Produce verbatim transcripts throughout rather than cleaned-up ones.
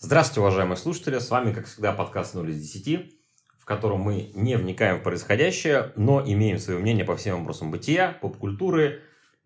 Здравствуйте, уважаемые слушатели, с вами, как всегда, подкаст ноль из десяти, в котором мы не вникаем в происходящее, но имеем свое мнение по всем вопросам бытия, поп-культуры,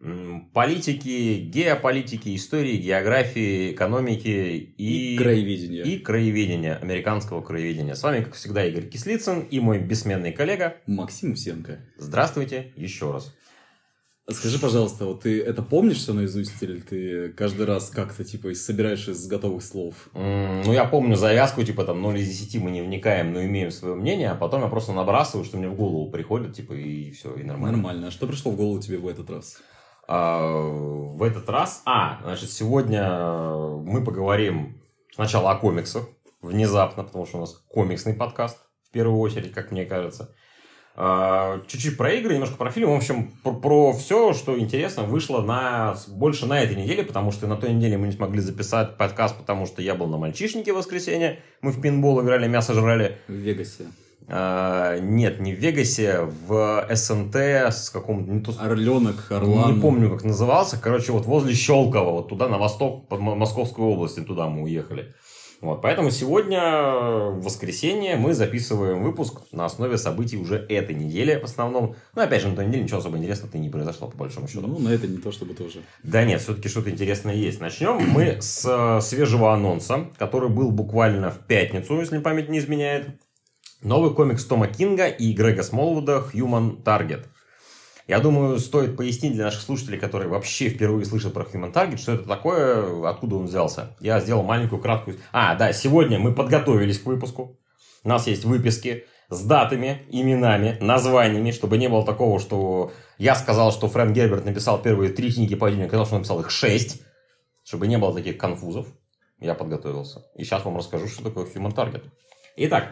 политики, геополитики, истории, географии, экономики и... И краеведения. И краеведения, американского краеведения. С вами, как всегда, Игорь Кислицын и мой бессменный коллега Максим Усенко. Здравствуйте еще раз. Скажи, пожалуйста, вот ты это помнишь все наизусть, или ты каждый раз как-то типа собираешь из готовых слов? Mm, ну, я помню завязку, типа там ноль из десяти мы не вникаем, но имеем свое мнение, а потом я просто набрасываю, что мне в голову приходит, типа, и все, и нормально. Нормально. А что пришло в голову тебе в этот раз? А, в этот раз... А, значит, сегодня мы поговорим сначала о комиксах, внезапно, потому что у нас комиксный подкаст, в первую очередь, как мне кажется. Чуть-чуть про игры, немножко про фильм. В общем, про, про все, что интересно, вышло на, больше на этой неделе, потому что на той неделе мы не смогли записать подкаст, потому что я был на мальчишнике в воскресенье. Мы в пейнтбол играли, мясо жрали. В Вегасе. А, нет, не в Вегасе, в СНТ с каком-то... Не то, Орленок, Орлан. Не помню, как назывался. Короче, вот возле Щелково, вот туда, на восток, под Московскую область, туда мы уехали. Вот, поэтому сегодня, в воскресенье, мы записываем выпуск на основе событий уже этой недели в основном. Ну, опять же, на той неделе ничего особо интересного-то не произошло, по большому счету. Ну, на это не то, чтобы тоже. Да нет, все-таки что-то интересное есть. Начнем мы с свежего анонса, который был буквально в пятницу, если память не изменяет. Новый комикс Тома Кинга и Грега Смолвуда «Human Target». Я думаю, стоит пояснить для наших слушателей, которые вообще впервые слышат про Human Target, что это такое, откуда он взялся. Я сделал маленькую, краткую... А, да, сегодня мы подготовились к выпуску. У нас есть выписки с датами, именами, названиями, чтобы не было такого, что я сказал, что Фрэнк Герберт написал первые три книги по отдельно, оказалось, что он написал их шесть. Чтобы не было таких конфузов. Я подготовился. И сейчас вам расскажу, что такое Human Target. Итак...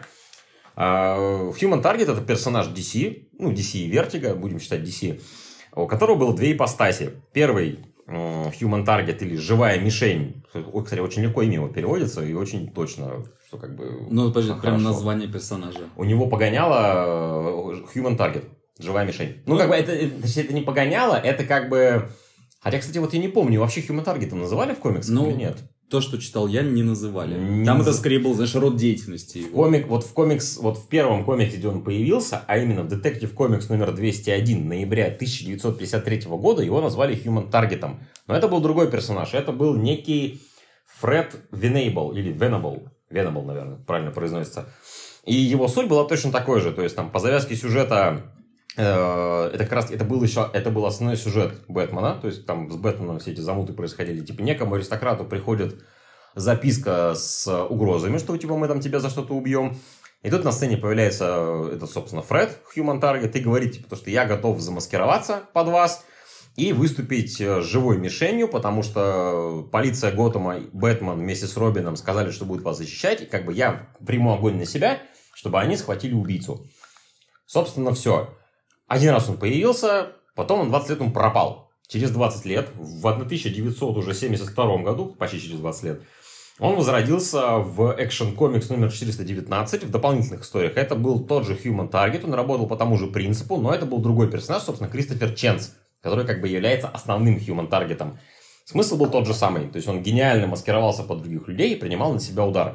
Human Target — это персонаж ди си, ну, ди си и Vertigo, будем считать ди си, у которого было две ипостаси. Первый Human Target, или живая мишень. Кстати, очень легко имя его переводится и очень точно, что как бы... Ну, подожди, прям название персонажа. У него погоняло Human Target, живая мишень. Ну, ну, как бы это, это, это не погоняло, это как бы... Хотя, кстати, вот я не помню, вообще Human Target называли в комиксах ну... или нет? То, что читал я, не называли. Не Там наз... это скорее был, знаешь, род деятельности. Комик, вот в комикс, вот в первом комиксе, где он появился, а именно в Detective Comics номер двести один ноября тысяча девятьсот пятьдесят третьего года, его назвали Human Target'ом. Но это был другой персонаж. Это был некий Фред Венейбл, или Венабл, Венабл, наверное, правильно произносится. И его суть была точно такой же. То есть, там, по завязке сюжета, э, это как раз, это был еще, это был основной сюжет Бэтмена. То есть, там с Бэтменом все эти замуты происходили. Типа, некому аристократу приходит записка с угрозами, что типа мы там тебя за что-то убьем. И тут на сцене появляется этот, собственно, Фред, Human Target, и говорит, типа, что я готов замаскироваться под вас и выступить живой мишенью, потому что полиция Готэма, Бэтмен вместе с Робином сказали, что будет вас защищать, и как бы я приму огонь на себя, чтобы они схватили убийцу. Собственно, все. Один раз он появился, потом он двадцать лет он пропал. Через двадцать лет, в тысяча девятьсот семьдесят втором году, почти через двадцать лет, он возродился в Action Comics номер четыреста девятнадцать в дополнительных историях. Это был тот же Human Target, он работал по тому же принципу, но это был другой персонаж, собственно, Кристофер Ченс, который как бы является основным Human Target'ом. Смысл был тот же самый, то есть он гениально маскировался под других людей и принимал на себя удар.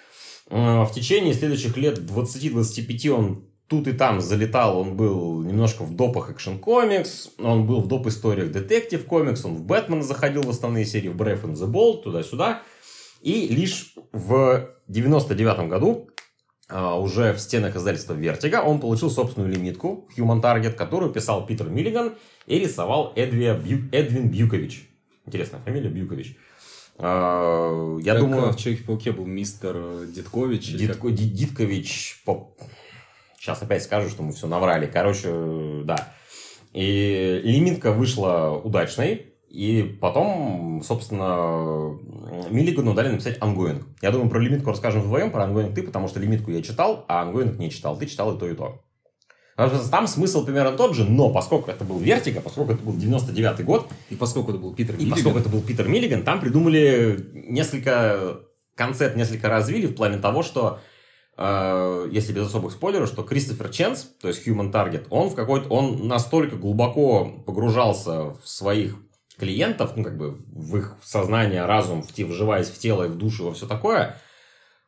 В течение следующих лет двадцати-двадцати пяти он тут и там залетал, он был немножко в допах Action Comics, он был в доп-историях Detective Comics, он в Бэтмена заходил в основные серии, в Brave and the Bold, туда-сюда. И лишь в девяносто девятом году, уже в стенах издательства Vertigo, он получил собственную лимитку Human Target, которую писал Питер Миллиган и рисовал Эдвия Бью... Эдвин Бьюкович. Интересная фамилия, Бьюкович. Я как думаю... в Человеке-пауке был мистер Диткович. Дитко... Как... Диткович... Сейчас опять скажу, что мы все наврали. Короче, да. И лимитка вышла удачной. И потом, собственно, Миллигану дали написать ангоинг. Я думаю, про лимитку расскажем вдвоем, про ангоинг ты, потому что лимитку я читал, а ангоинг не читал. Ты читал и то, и то. Там смысл примерно тот же, но поскольку это был Vertigo, поскольку это был девяносто девятый год, и поскольку это был Питер и Миллиган, поскольку это был Питер Миллиган, там придумали несколько... Концепт несколько развили в плане того, что если без особых спойлеров, что Кристофер Ченс, то есть Human Target, он в какой-то, он настолько глубоко погружался в своих клиентов, ну, как бы в их сознание, разум, вживаясь в тело и в душу, во все такое,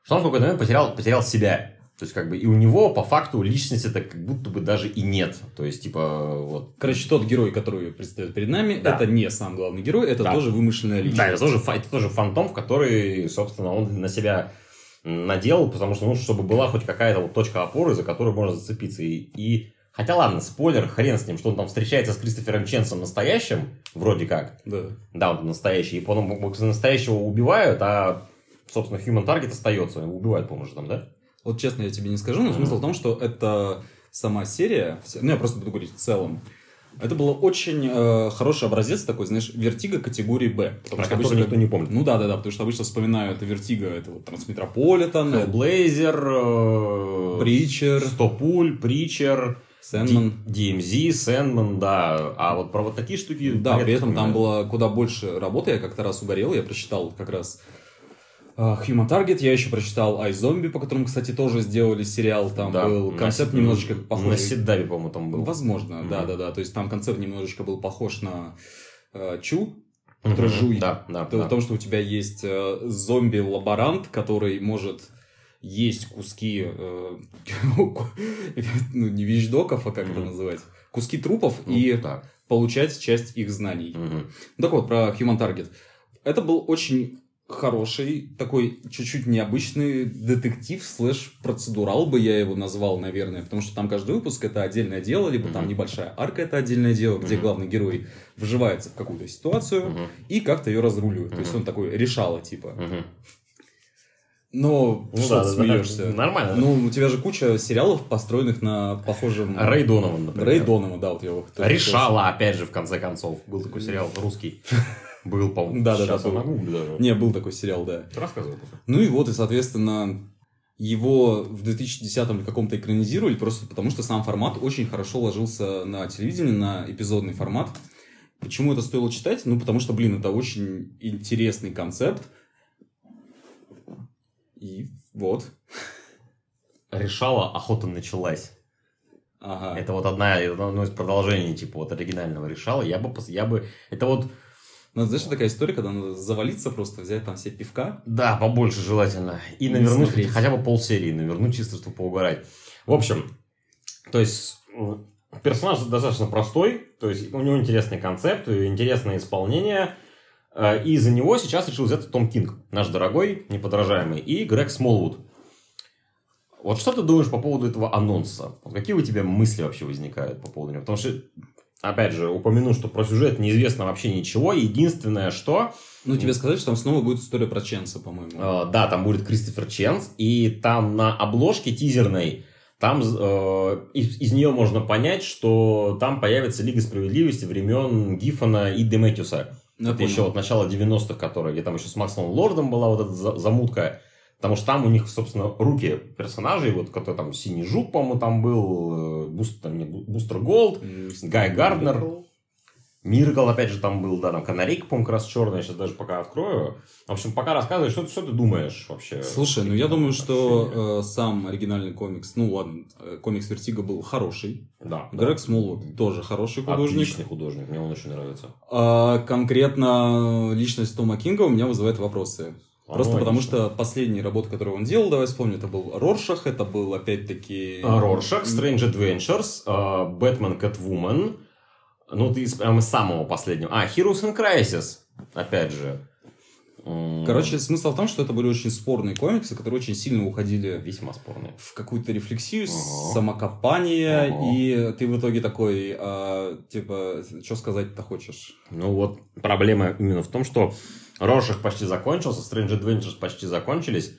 что он в какой-то момент потерял, потерял себя. То есть, как бы, и у него, по факту, личности-то как будто бы даже и нет. То есть, типа, вот... Короче, тот герой, который предстает перед нами, Да. это не сам главный герой, это Да. тоже вымышленная личность. Да, это тоже, фа- это тоже фантом, в который, собственно, он на себя наделал, потому что, ну, чтобы была хоть какая-то вот точка опоры, за которую можно зацепиться. И, и... Хотя, ладно, спойлер, хрен с ним, что он там встречается с Кристофером Ченсом настоящим, вроде как. Да. Да, он настоящий. И потом настоящего убивают, а, собственно, Human Target остается. Убивают, по-моему, же там, да? Вот честно, я тебе не скажу, но смысл в том, что это сама серия, вся- ну я просто буду говорить в целом, это был очень э, хороший образец такой, знаешь, Вертиго категории Б. Про который никто не помнит. Ну да, да, да, потому что обычно вспоминаю это Вертиго, это вот Трансметрополитен, Hellblazer, Притчер, Стопуль, Притчер, Сэндман. ди эм зет, Сэндман, да. А вот про вот такие штуки... Да, понятно, при этом там вспоминаю. было куда больше работы. Я как-то раз угорел, я прочитал как раз э, Human Target, я еще прочитал iZombie, по которому, кстати, тоже сделали сериал. Там Да, был на концепт Си- немножечко На похожий. Седаве, по-моему, там был. Возможно, Мгм. да, да, да. То есть там концепт немножечко был похож на э, Чу, который Мгм. жуй. Да, да, То- да. В том, что у тебя есть э, зомби-лаборант, который может есть куски, э, ну, не вещдоков, а как это Мгм. называть, куски трупов Ну, и да. получать часть их знаний. Мгм. Так вот, про Human Target. Это был очень хороший, такой чуть-чуть необычный детектив слэш процедурал бы я его назвал, наверное, потому что там каждый выпуск это отдельное дело, либо там Мгм. небольшая арка это отдельное дело, где Мгм. главный герой вживается в какую-то ситуацию Мгм. и как-то ее разруливает. То есть Мгм. он такой решало, типа. Мгм. Но Ну что да, ты да, да, смеешься? нормально. Ну, у тебя же куча сериалов, построенных на похожем... Рэй Донован, например. Рэй Донован, да, вот я его тоже- Решала, опять же, в конце концов. Был такой сериал русский. Был, по-моему. Да, да, да, Сейчас я был. нагуглю даже. Не, был такой сериал, да. Ты рассказывай. Ну и вот, и, соответственно, его в две тысячи десятом или каком-то экранизировали, просто потому что сам формат очень хорошо ложился на телевидении, на эпизодный формат. Почему это стоило читать? Ну, потому что, блин, это очень интересный концепт. И вот. Решала, охота началась. Ага. Это вот одна, это одно из продолжений, типа, вот оригинального решала. Я бы, пос- я бы, это вот, Ну, знаешь, такая история, когда надо завалиться просто, взять там все пивка. да, побольше желательно. И И навернуть смотреть. хотя бы полсерии, навернуть чисто, чтобы поугарать. В общем, то есть, м, персонаж достаточно простой, то есть, у него интересный концепт, и интересное исполнение, э, и за него сейчас решил взяться Том Кинг, наш дорогой, неподражаемый, и Грег Смолвуд. Вот что ты думаешь по поводу этого анонса? Вот какие у тебя мысли вообще возникают по поводу него? Потому что, опять же, упомяну, что про сюжет неизвестно вообще ничего. Единственное, что... Ну, тебе сказать, что там снова будет история про Ченса, по-моему. э, да, там будет Кристофер Ченс, и там на обложке тизерной, там э, из, из нее можно понять, что там появится Лига Справедливости времен Гиффона и Деметьюса. Я Это понял. еще вот начало девяностых, которые, где там еще с Максом Лордом была вот эта за- замутка. Потому что там у них, собственно, руки персонажей, вот который там Синий Жук, по-моему, там был, э, Буст- там, не, Бу- Бустер Голд, Гай Гарднер, Миркл, опять же, там был, да, там Канарейка, по-моему, как раз черная, я сейчас даже пока открою. В общем, пока рассказывай, что, ты- что ты думаешь вообще? Слушай, ну я думаю, что э, сам оригинальный комикс, ну ладно, э, комикс Вертиго был хороший. Да. Грег Смолвуд тоже хороший художник. Отличный художник, мне он очень нравится. А конкретно личность Тома Кинга у меня вызывает вопросы. А, Просто ну, потому логично. что последние работы, которые он делал, давай вспомню, это был Роршах, это был опять-таки... Роршах, Strange Adventures, э, Бэтмен, Кэтвумен. Ну, ты из, прямо из самого последнего. А, Heroes in Crisis, опять же. М, Короче, смысл в том, что это были очень спорные комиксы, которые очень сильно уходили весьма спорный. в какую-то рефлексию, Ага. самокопание, Ага. и ты в итоге такой, а, типа, что сказать-то хочешь? Ну вот, проблема именно в том, что Роршах почти закончился, Strange Adventures почти закончились.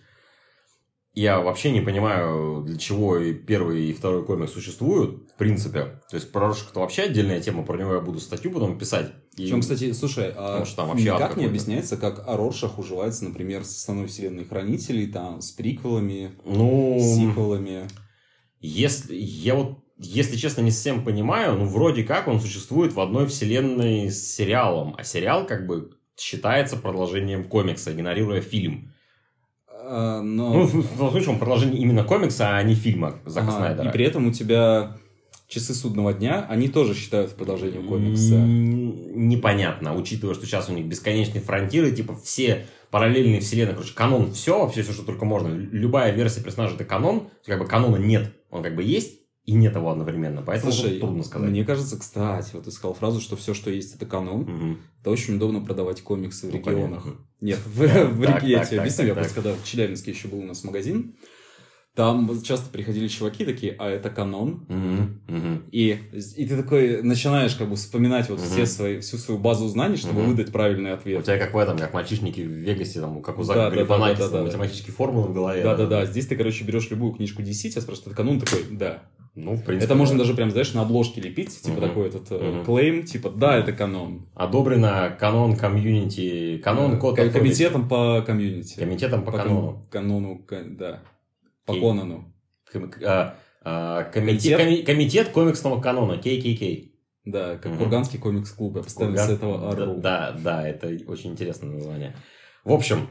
Я вообще не понимаю, для чего и первый, и второй комикс существуют, в принципе. То есть, про Роршаха это вообще отдельная тема, про него я буду статью потом писать. И- Причем, кстати, слушай, а Потому что там вообще ад никак не какой-то. объясняется, как Роршах уживается, например, с основной вселенной Хранителей, там, с приквелами, Ну, сиквелами. если, я вот, если честно, не совсем понимаю, ну, вроде как он существует в одной вселенной с сериалом, а сериал как бы считается продолжением комикса, игнорируя фильм. А, но... Ну, в в случае, он продолжение именно комикса, а не фильма Зака Ага, Снайдера. и при этом у тебя «Часы судного дня», они тоже считают продолжением комикса. Непонятно, учитывая, что сейчас у них бесконечные фронтиры, типа все параллельные вселенные, короче, канон, все, вообще все, что только можно. Любая версия персонажа — это канон, как бы канона нет, он как бы есть, и нет его одновременно, поэтому Слушай, трудно сказать. Мне кажется, кстати, вот ты сказал фразу, что все, что есть, это канон. Угу. Это очень удобно продавать комиксы в Ну, регионах. понятно. Нет, в, в Так, реке, я так, тебе так, объясню, я так, просто когда в Челябинске еще был у нас магазин, там часто приходили чуваки такие, а это канон. Угу. Угу. И, и ты такой начинаешь как бы вспоминать вот Мгм. все свои, всю свою базу знаний, чтобы Мгм. выдать правильный У ответ. тебя как в этом, как мальчишники в Вегасе, там, как у Да, Зака да, да, Галифанакиса, да, да, да. математические формулы в голове. Да-да-да, здесь ты, короче, берешь любую книжку ди си, тебя спрашивают, это канон, такой, да. Ну, в принципе, Это можно да. даже прям, знаешь, на обложке лепить, типа Мгм. такой этот э, Мгм. клейм, типа, да, это канон. Одобрено канон комьюнити, канон Э, код ко- авторити- Комитетом по комьюнити. комитетом по По канону. кон- канону, ка- да. По Кей. Конану. Ком- а, а, комитет, Комитет? коми- комитет комиксного канона, кей кей кей. Да, как Мгм. Курганский комикс-клуб. Я постоянно Курган- с этого да, ору. да, да, это очень интересное название. В общем,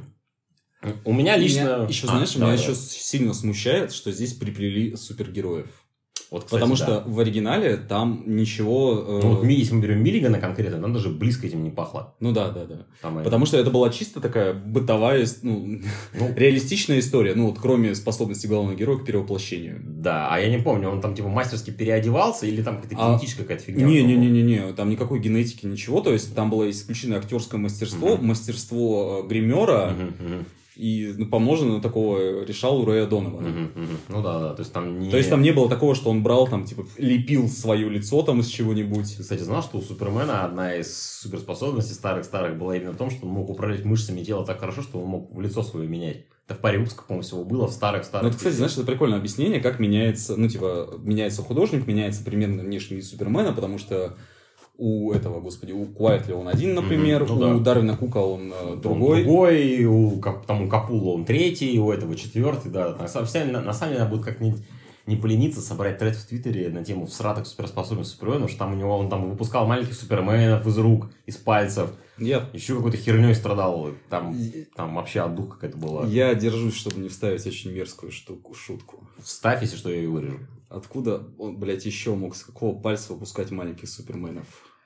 у меня лично... Меня еще, А, знаешь, давай, меня еще давай. сильно смущает, что здесь приплели супергероев. Вот, кстати, Потому да. что в оригинале там ничего... э, Ну, вот, ми- если мы берем Миллигана конкретно, там даже близко этим не пахло. ну да, да, да. Там, э, Потому что это была чисто такая бытовая, ну, ну, реалистичная история. Ну, вот кроме способности главного героя к перевоплощению. да, а я не помню, он там типа мастерски переодевался или там какая-то А, генетическая какая-то фигня? Не-не-не-не, там никакой генетики, ничего. То есть там было исключительно актерское мастерство, Мгм. мастерство э, гримера Мгм, мгм, и ну, помножено на такого решал Рэя Донована. мгм, мгм. Ну да, да, то есть там не... То есть там не было такого, что он брал, там, типа, лепил свое лицо там из чего-нибудь. Ты, кстати, знал, что у Супермена одна из суперспособностей старых-старых была именно в том, что он мог управлять мышцами тела так хорошо, что он мог в лицо свое менять. Это в паре выпусков, по-моему, всего было в старых-старых. Ну, это, кстати, знаешь, это прикольное объяснение, как меняется, ну, типа, меняется художник, меняется примерно внешний вид Супермена, потому что у этого, господи, у Куайтли он один, например, Мгм, ну у да. Дарвина Кука он э, Он другой. другой, у, Кап- там, у Капула он третий, у этого четвертый, да. На самом, деле, на, на самом деле, надо будет как-нибудь не полениться, собрать тред в Твиттере на тему всраток суперспособностей Супермена, потому что там у него, он там выпускал маленьких Суперменов из рук, из пальцев, Я, еще какой-то херней страдал, там, там вообще отдух какая-то была. я держусь, чтобы не вставить очень мерзкую штуку, шутку. Вставь, если что, я ее вырежу. Откуда он, блядь, еще мог, с какого пальца выпускать маленьких Суперменов?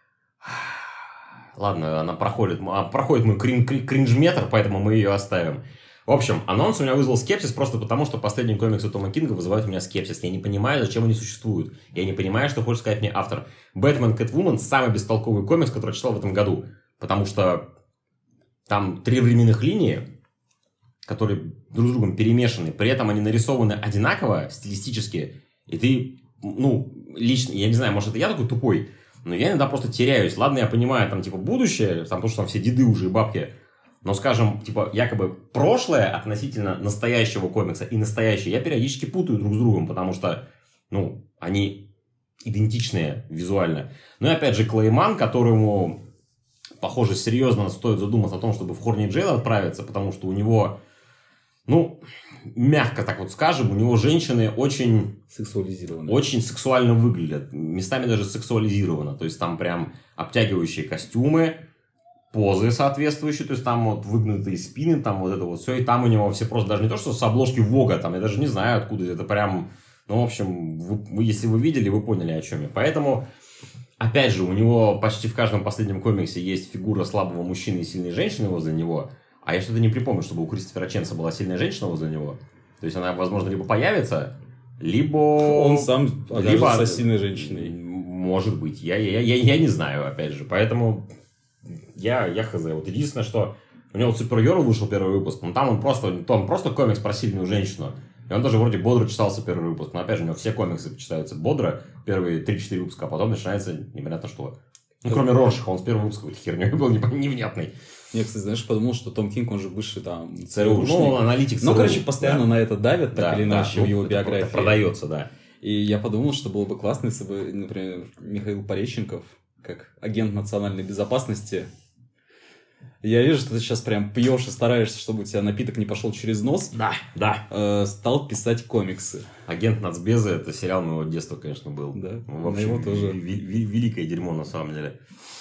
Ладно, она проходит, а, проходит мой крин, крин- кринж-метр, поэтому мы ее оставим. В общем, анонс у меня вызвал скепсис просто потому, что последние комиксы Тома Кинга вызывают у меня скепсис. Я не понимаю, зачем они существуют. Я не понимаю, что хочет сказать мне автор. «Бэтмен Кэтвумен» — самый бестолковый комикс, который я читал в этом году. Потому что там три временных линии, которые друг с другом перемешаны. При этом они нарисованы одинаково, стилистически. И ты, ну, лично, я не знаю, может, это я такой тупой, но я иногда просто теряюсь. Ладно, я понимаю, там, типа, будущее, там, потому что там все деды уже и бабки. Но, скажем, типа, якобы прошлое относительно настоящего комикса и настоящее я периодически путаю друг с другом, потому что, ну, они идентичные визуально. Ну и опять же, Клейман, которому, похоже, серьезно стоит задуматься о том, чтобы в Хорни Джейл отправиться, потому что у него, ну, мягко так вот скажем, у него женщины очень... Сексуализированный. очень сексуально выглядят, местами даже сексуализировано, то есть там прям обтягивающие костюмы, позы соответствующие, то есть там вот выгнутые спины, там вот это вот все, и там у него все просто даже не то, что с обложки Вога, там я даже не знаю откуда, это прям, ну, в общем, вы, вы, если вы видели, вы поняли, о чем я. Поэтому, опять же, у него почти в каждом последнем комиксе есть фигура слабого мужчины и сильной женщины возле него, а я что-то не припомню, чтобы у Кристофера Ченса была сильная женщина возле него. То есть она, возможно, либо появится, либо... Он сам либо окажется сильной женщиной. Может быть. Я, я, я, я не знаю, опять же. Поэтому я, я хз. Вот единственное, что у него Супер Герл вышел первый выпуск, но там он просто, там просто комикс про сильную женщину. И он даже вроде бодро читался первый выпуск. Но опять же, у него все комиксы читаются бодро, первые три-четыре выпуска, а потом начинается непонятно что. Ну, кроме Роршаха, он с первого выпуска какой-то херней был невнятный. Я, кстати, знаешь, подумал, что Том Кинг, он же высший там ЦРУ. Ну, аналитик ЦРУ. Ну, короче, постоянно да. на это давят, так Да, или да, иначе, ну, в его это биографии. продается, да. И я подумал, что было бы классно, если бы, например, Михаил Пореченков, как агент национальной безопасности, я вижу, что ты сейчас прям пьешь и стараешься, чтобы у тебя напиток не пошел через нос, Да, да. э, стал писать комиксы. «Агент Нацбеза» — это сериал моего детства, конечно, был. Да, Ну, на вообще, его тоже. ви- ви- великое дерьмо, на самом деле.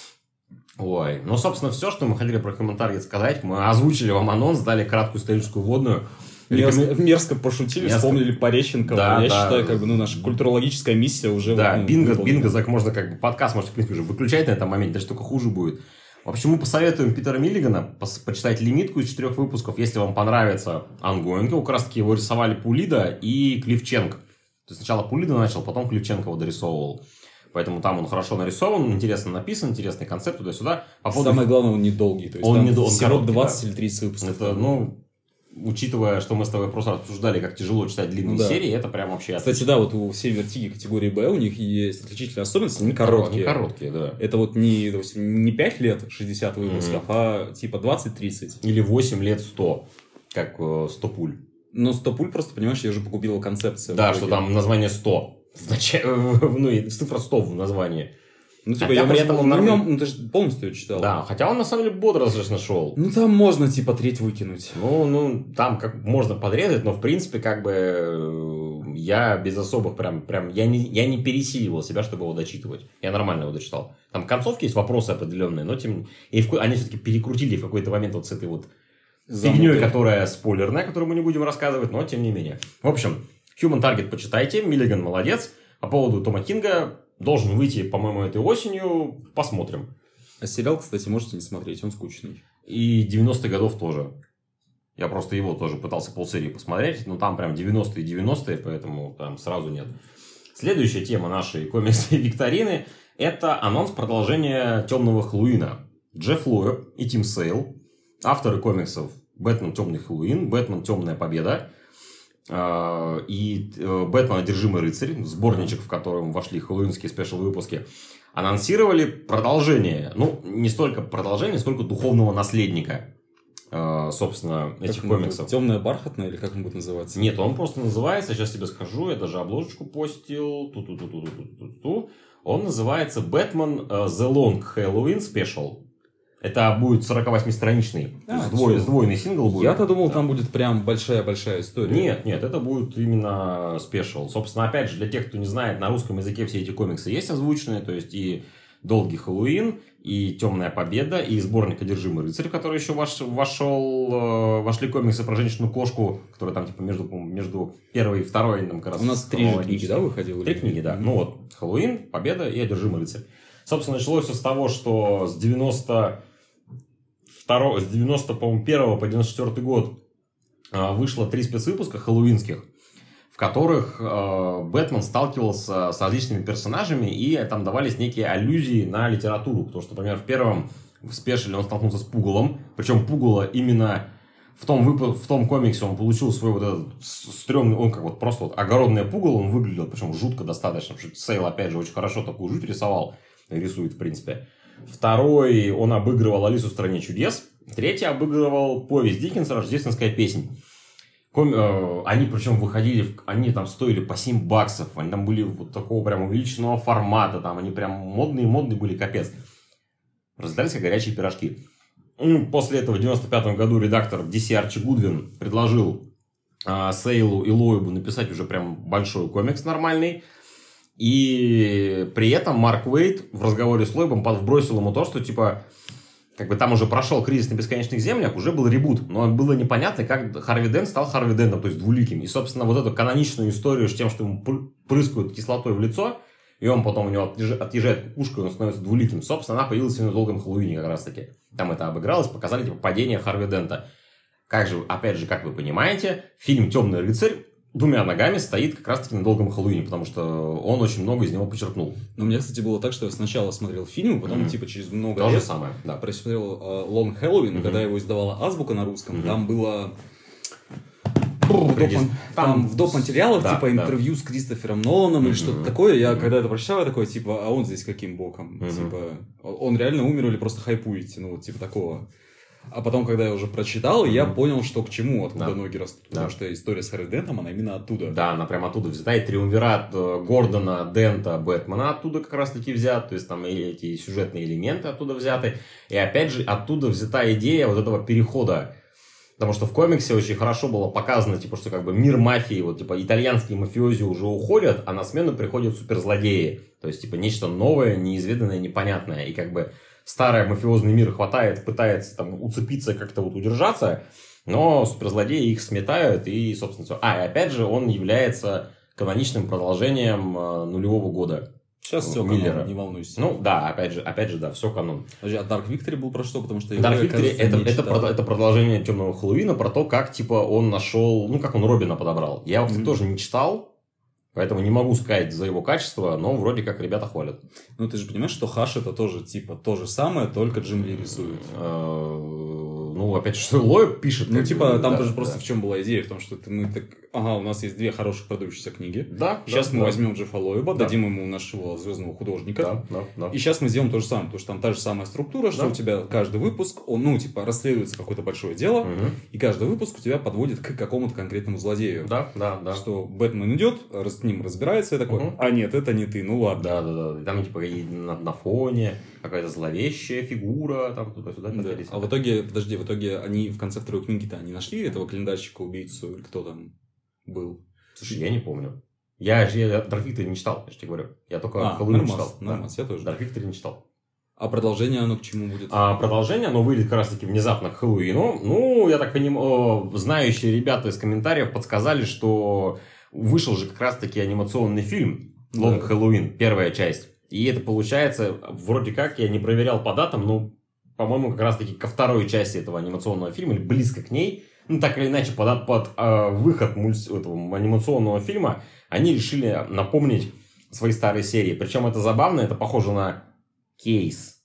Ой, ну, собственно, все, что мы хотели про комментарии сказать. Мы озвучили вам анонс, дали краткую историческую вводную. Мерзко, мерзко пошутили, Мерзко. вспомнили Пореченкова. Да, Я да. считаю, как бы, ну, наша культурологическая миссия уже... Да, ну, бинго, выполнена. бинго, так можно как бы подкаст, может, в принципе, уже выключать на этом моменте, даже только хуже будет. В общем, мы посоветуем Питера Миллигана пос- почитать лимитку из четырех выпусков, если вам понравится Ангоинг. Как раз таки его рисовали Пулида и Кливченко. То есть сначала Пулида начал, потом Кливченко его дорисовывал. Поэтому там он хорошо нарисован, интересно написан, интересный концепт туда-сюда. По поводу... Самое главное, он недолгий. То есть Он там недол- он всего короткий, двадцать да. или тридцать выпусков. Это, ну, учитывая, что мы с тобой просто обсуждали, как тяжело читать длинные Ну да. серии, это прям вообще... Кстати, да, вот у всей вертиги категории Б у них есть отличительная особенность, они короткие. короткие. Короткие, да. Это вот не, допустим, не пять лет шестьдесят выпусков, Мгм. а типа двадцать-тридцать. Или восемь лет сто, как э, сто пуль. Но сто пуль просто, понимаешь, я уже погубила концепцию. Да, в что итоге. там название сто. В нач- Ну, и цифра сто в названии. Ну, типа, Хотя я при может, этом он ну, нормально- ну, ты же полностью ее читал. Да, хотя он на самом деле бодро достаточно шел. Ну, там можно, типа, треть выкинуть. Ну, ну, там как можно подрезать, но в принципе, как бы э, я без особых прям, прям, я не, я не пересиливал себя, чтобы его дочитывать. Я нормально его дочитал. Там в концовке есть вопросы определенные, но тем и в ко- они все-таки перекрутили в какой-то момент вот с этой вот фигней, Замутой. которая спойлерная, которую мы не будем рассказывать, но тем не менее. В общем, Human Target почитайте, Миллиган молодец. По поводу Тома Кинга должен выйти, по-моему, этой осенью, посмотрим. А сериал, кстати, можете не смотреть, он скучный. И девяностых годов тоже. Я просто его тоже пытался полсерии посмотреть, но там прям девяностые и девяностые, поэтому там сразу нет. Следующая тема нашей комикс-викторины – это анонс продолжения «Темного Хэллоуина». Джефф Лоэб и Тим Сейл, авторы комиксов «Бэтмен. Темный Хэллоуин», «Бэтмен. Темная победа» э, и э, «Бэтмен. Одержимый рыцарь», сборничек, в котором вошли хэллоуинские спешл-выпуски, анонсировали продолжение, ну, не столько продолжение, сколько духовного наследника, э, собственно, этих Как он комиксов. будет? Темная бархатная или как он будет называться? Нет, он просто называется, сейчас тебе скажу, я даже обложечку постил, ту-ту-ту-ту-ту-ту-ту. Он называется «Бэтмен э, The Long Halloween Special». Это будет сорок восьмистраничный, А, то есть сдвой- всё. сдвоенный сингл будет. Я-то думал, Да. там будет прям большая-большая история. Нет, нет, это будет именно спешл. Собственно, опять же, для тех, кто не знает, на русском языке все эти комиксы есть озвученные, то есть и «Долгий Хэллоуин», и «Темная победа», и сборник «Одержимый рыцарь», в который еще вош, вошел, э, вошли комиксы про женщину-кошку, которая там типа между, между первой и второй. Там, как раз У нас три же книги, да, выходило? Три книги, да. Ну вот, «Хэллоуин», «Победа» и «Одержимый рыцарь». Собственно, началось все с того, что с девяносто второго, с девяносто первого по девяносто четвёртый год э, вышло три спецвыпуска хэллоуинских, в которых э, Бэтмен сталкивался с различными персонажами, и там давались некие аллюзии на литературу. Потому что, например, в первом в спешале он столкнулся с Пугалом, причем Пугало именно в том, выпу- в том комиксе он получил свой вот этот стрёмный, он как вот просто вот огородное пугало он выглядел, причем жутко достаточно, потому что Сейл, опять же, очень хорошо такую жуть рисовал, рисует, в принципе. Второй он обыгрывал «Алису в стране чудес», третий обыгрывал повесть Диккенса «Рождественская песнь». Ком... э, Они причем выходили, в... они там стоили по семь баксов, они там были вот такого прям увеличенного формата, там они прям модные-модные были, капец. Разлетались как горячие пирожки. Ну, после этого в девяносто пятом году редактор ди си Арчи Гудвин предложил э, Сейлу и Лоэбу написать уже прям большой комикс нормальный. И при этом Марк Уэйд в разговоре с Лоэбом вбросил ему то, что типа как бы там уже прошел кризис на бесконечных землях, уже был ребут, но было непонятно, как Харви Дент стал Харви Дентом, то есть двуликим. И, собственно, вот эту каноничную историю с тем, что ему прыскают кислотой в лицо, и он потом у него отъезжает кукушка, и он становится двуликим. Собственно, она появилась в «Долгом Хэллоуине» как раз таки. Там это обыгралось, показали типа падение Харви Дента. Как же, опять же, как вы понимаете, фильм «Темный рыцарь» двумя ногами стоит как раз-таки на «Долгом Хэллоуине», потому что он очень много из него почерпнул. Но у меня, кстати, было так, что я сначала смотрел фильм, потом, Мгм. типа, через много То же лет самое, да. просмотрел э, Long Halloween, Мгм. когда его издавала Азбука на русском, Мгм. там было... В Предис- доп- там- там в доп. Материалах, Да, типа, да. интервью с Кристофером Ноланом или Мгм. что-то такое. Я Мгм. когда это прочитал, я такой, типа, а он здесь каким боком? Мгм. Типа, он реально умер или просто хайпуете? Ну, вот, типа, такого. А потом, когда я уже прочитал, я Мгм. понял, что к чему, откуда Да. ноги растут. Да. Потому что история с Харви Дентом, она именно оттуда. Да, она прям оттуда взята. И триумвират э, Гордона, Дента, Бэтмена оттуда как раз-таки взят. То есть там и эти сюжетные элементы оттуда взяты. И опять же оттуда взята идея вот этого перехода. Потому что в комиксе очень хорошо было показано, типа, что как бы мир мафии, вот типа итальянские мафиози уже уходят, а на смену приходят суперзлодеи. То есть типа нечто новое, неизведанное, непонятное. И как бы старый мафиозный мир хватает, пытается там уцепиться, как-то вот удержаться. Но суперзлодеи их сметают, и, собственно, все. А, и опять же, он является каноничным продолжением э, нулевого года. Сейчас все Миллера. канон, не волнуйся. Ну, да, опять же, опять же, да, все канон. Подожди, а Dark Victory был про что? Потому что Dark я, Victory кажется, это, не это, читал. про- это продолжение Темного Хэллоуина, про то, как, типа, он нашел, ну, как он Робина подобрал. Я его, кстати, Мгм. тоже не читал, поэтому не могу сказать за его качество, но вроде как ребята хвалят. Ну, ты же понимаешь, что Хаш это тоже, типа, то же самое, только Джим Ли рисует. Э, Ну, опять же, что Лоеб пишет. Ну, как типа, бы, там да, тоже да. просто в чем была идея, в том, что ты- мы так, ага, у нас есть две хороших продающиеся книги. Да, Сейчас да, мы да. возьмем Джеффа Лоеба, Да. дадим ему нашего звездного художника. Да, да, да. И сейчас мы сделаем то же самое, потому что там та же самая структура, что Да. у тебя каждый выпуск, он, ну, типа, расследуется какое-то большое дело, Мгм. и каждый выпуск у тебя подводит к какому-то конкретному злодею. Да, да, да. Что Бэтмен идет, раз- с ним разбирается, и такой, Мгм. а нет, это не ты, ну ладно. Да, да, да. И там, типа, и на, на фоне какая-то зловещая фигура, там туда-сюда. Да. катались. А в итоге, подожди, в итоге они в конце второй книги-то они нашли этого календарщика, убийцу, или кто там был? Слушай, я не помню. Я же я Dark Victory не читал, я же тебе говорю. Я только А, Хэллоуин нормас, читал. Да. нормас, я тоже. Dark Victory не читал. А продолжение оно к чему будет? А продолжение, оно выйдет как раз-таки внезапно к Хэллоуину. Ну, я так понимаю, знающие ребята из комментариев подсказали, что вышел же как раз-таки анимационный фильм Long Да. Halloween, первая часть. И это получается, вроде как, я не проверял по датам, но, по-моему, как раз-таки ко второй части этого анимационного фильма, или близко к ней, ну, так или иначе, под, под э, выход мульти- этого анимационного фильма, они решили напомнить свои старые серии. Причем это забавно, это похоже на кейс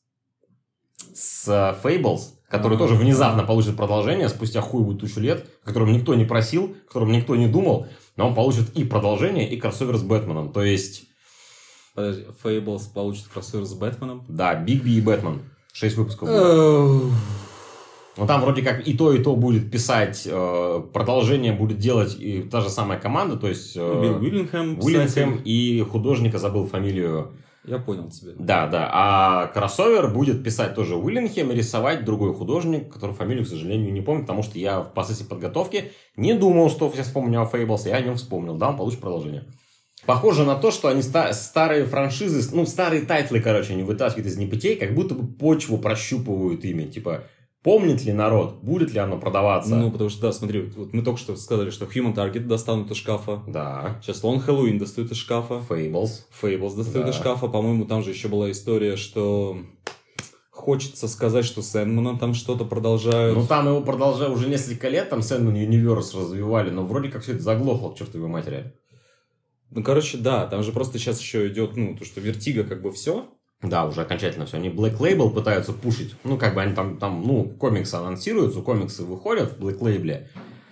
с э, Fables, который А, тоже внезапно а. получит продолжение спустя хуевую тысячу лет, о котором никто не просил, о котором никто не думал, но он получит и продолжение, и кроссовер с Бэтменом. То есть, Подожди, Fables получит кроссовер с Бэтменом? да, Бигби и Бэтмен. Шесть выпусков будет. Ну, там вроде как и то, и то будет писать, э, продолжение будет делать и та же самая команда, то есть э, Билл Уиллингхэм, Уиллингхэм писатель. и художника, забыл фамилию. Я понял тебя. Да, да. А кроссовер будет писать тоже Уиллингхэм и рисовать другой художник, который фамилию, к сожалению, не помню, потому что я в процессе подготовки не думал, что я вспомню о Fables, я о нем вспомнил. Да, он получит продолжение. Похоже на то, что они ста- старые франшизы, ну, старые тайтлы, короче, они вытаскивают из небытия, как будто бы почву прощупывают ими. Типа, помнит ли народ, будет ли оно продаваться? Ну, потому что, да, смотри, вот мы только что сказали, что Human Target достанут из шкафа. Да. Сейчас Long Halloween достают из шкафа. Fables. Fables достают Да. из шкафа. По-моему, там же еще была история, что хочется сказать, что Сэндмана там что-то продолжают. Ну, там его продолжают уже несколько лет, там Sandman Universe развивали, но вроде как все это заглохло к чертовой матери. Ну, короче, да, там же просто сейчас еще идет, ну, то, что Вертига как бы все. Да, уже окончательно все. Они Black Label пытаются пушить. Ну, как бы они там, там ну, комиксы анонсируются, комиксы выходят в Black Label.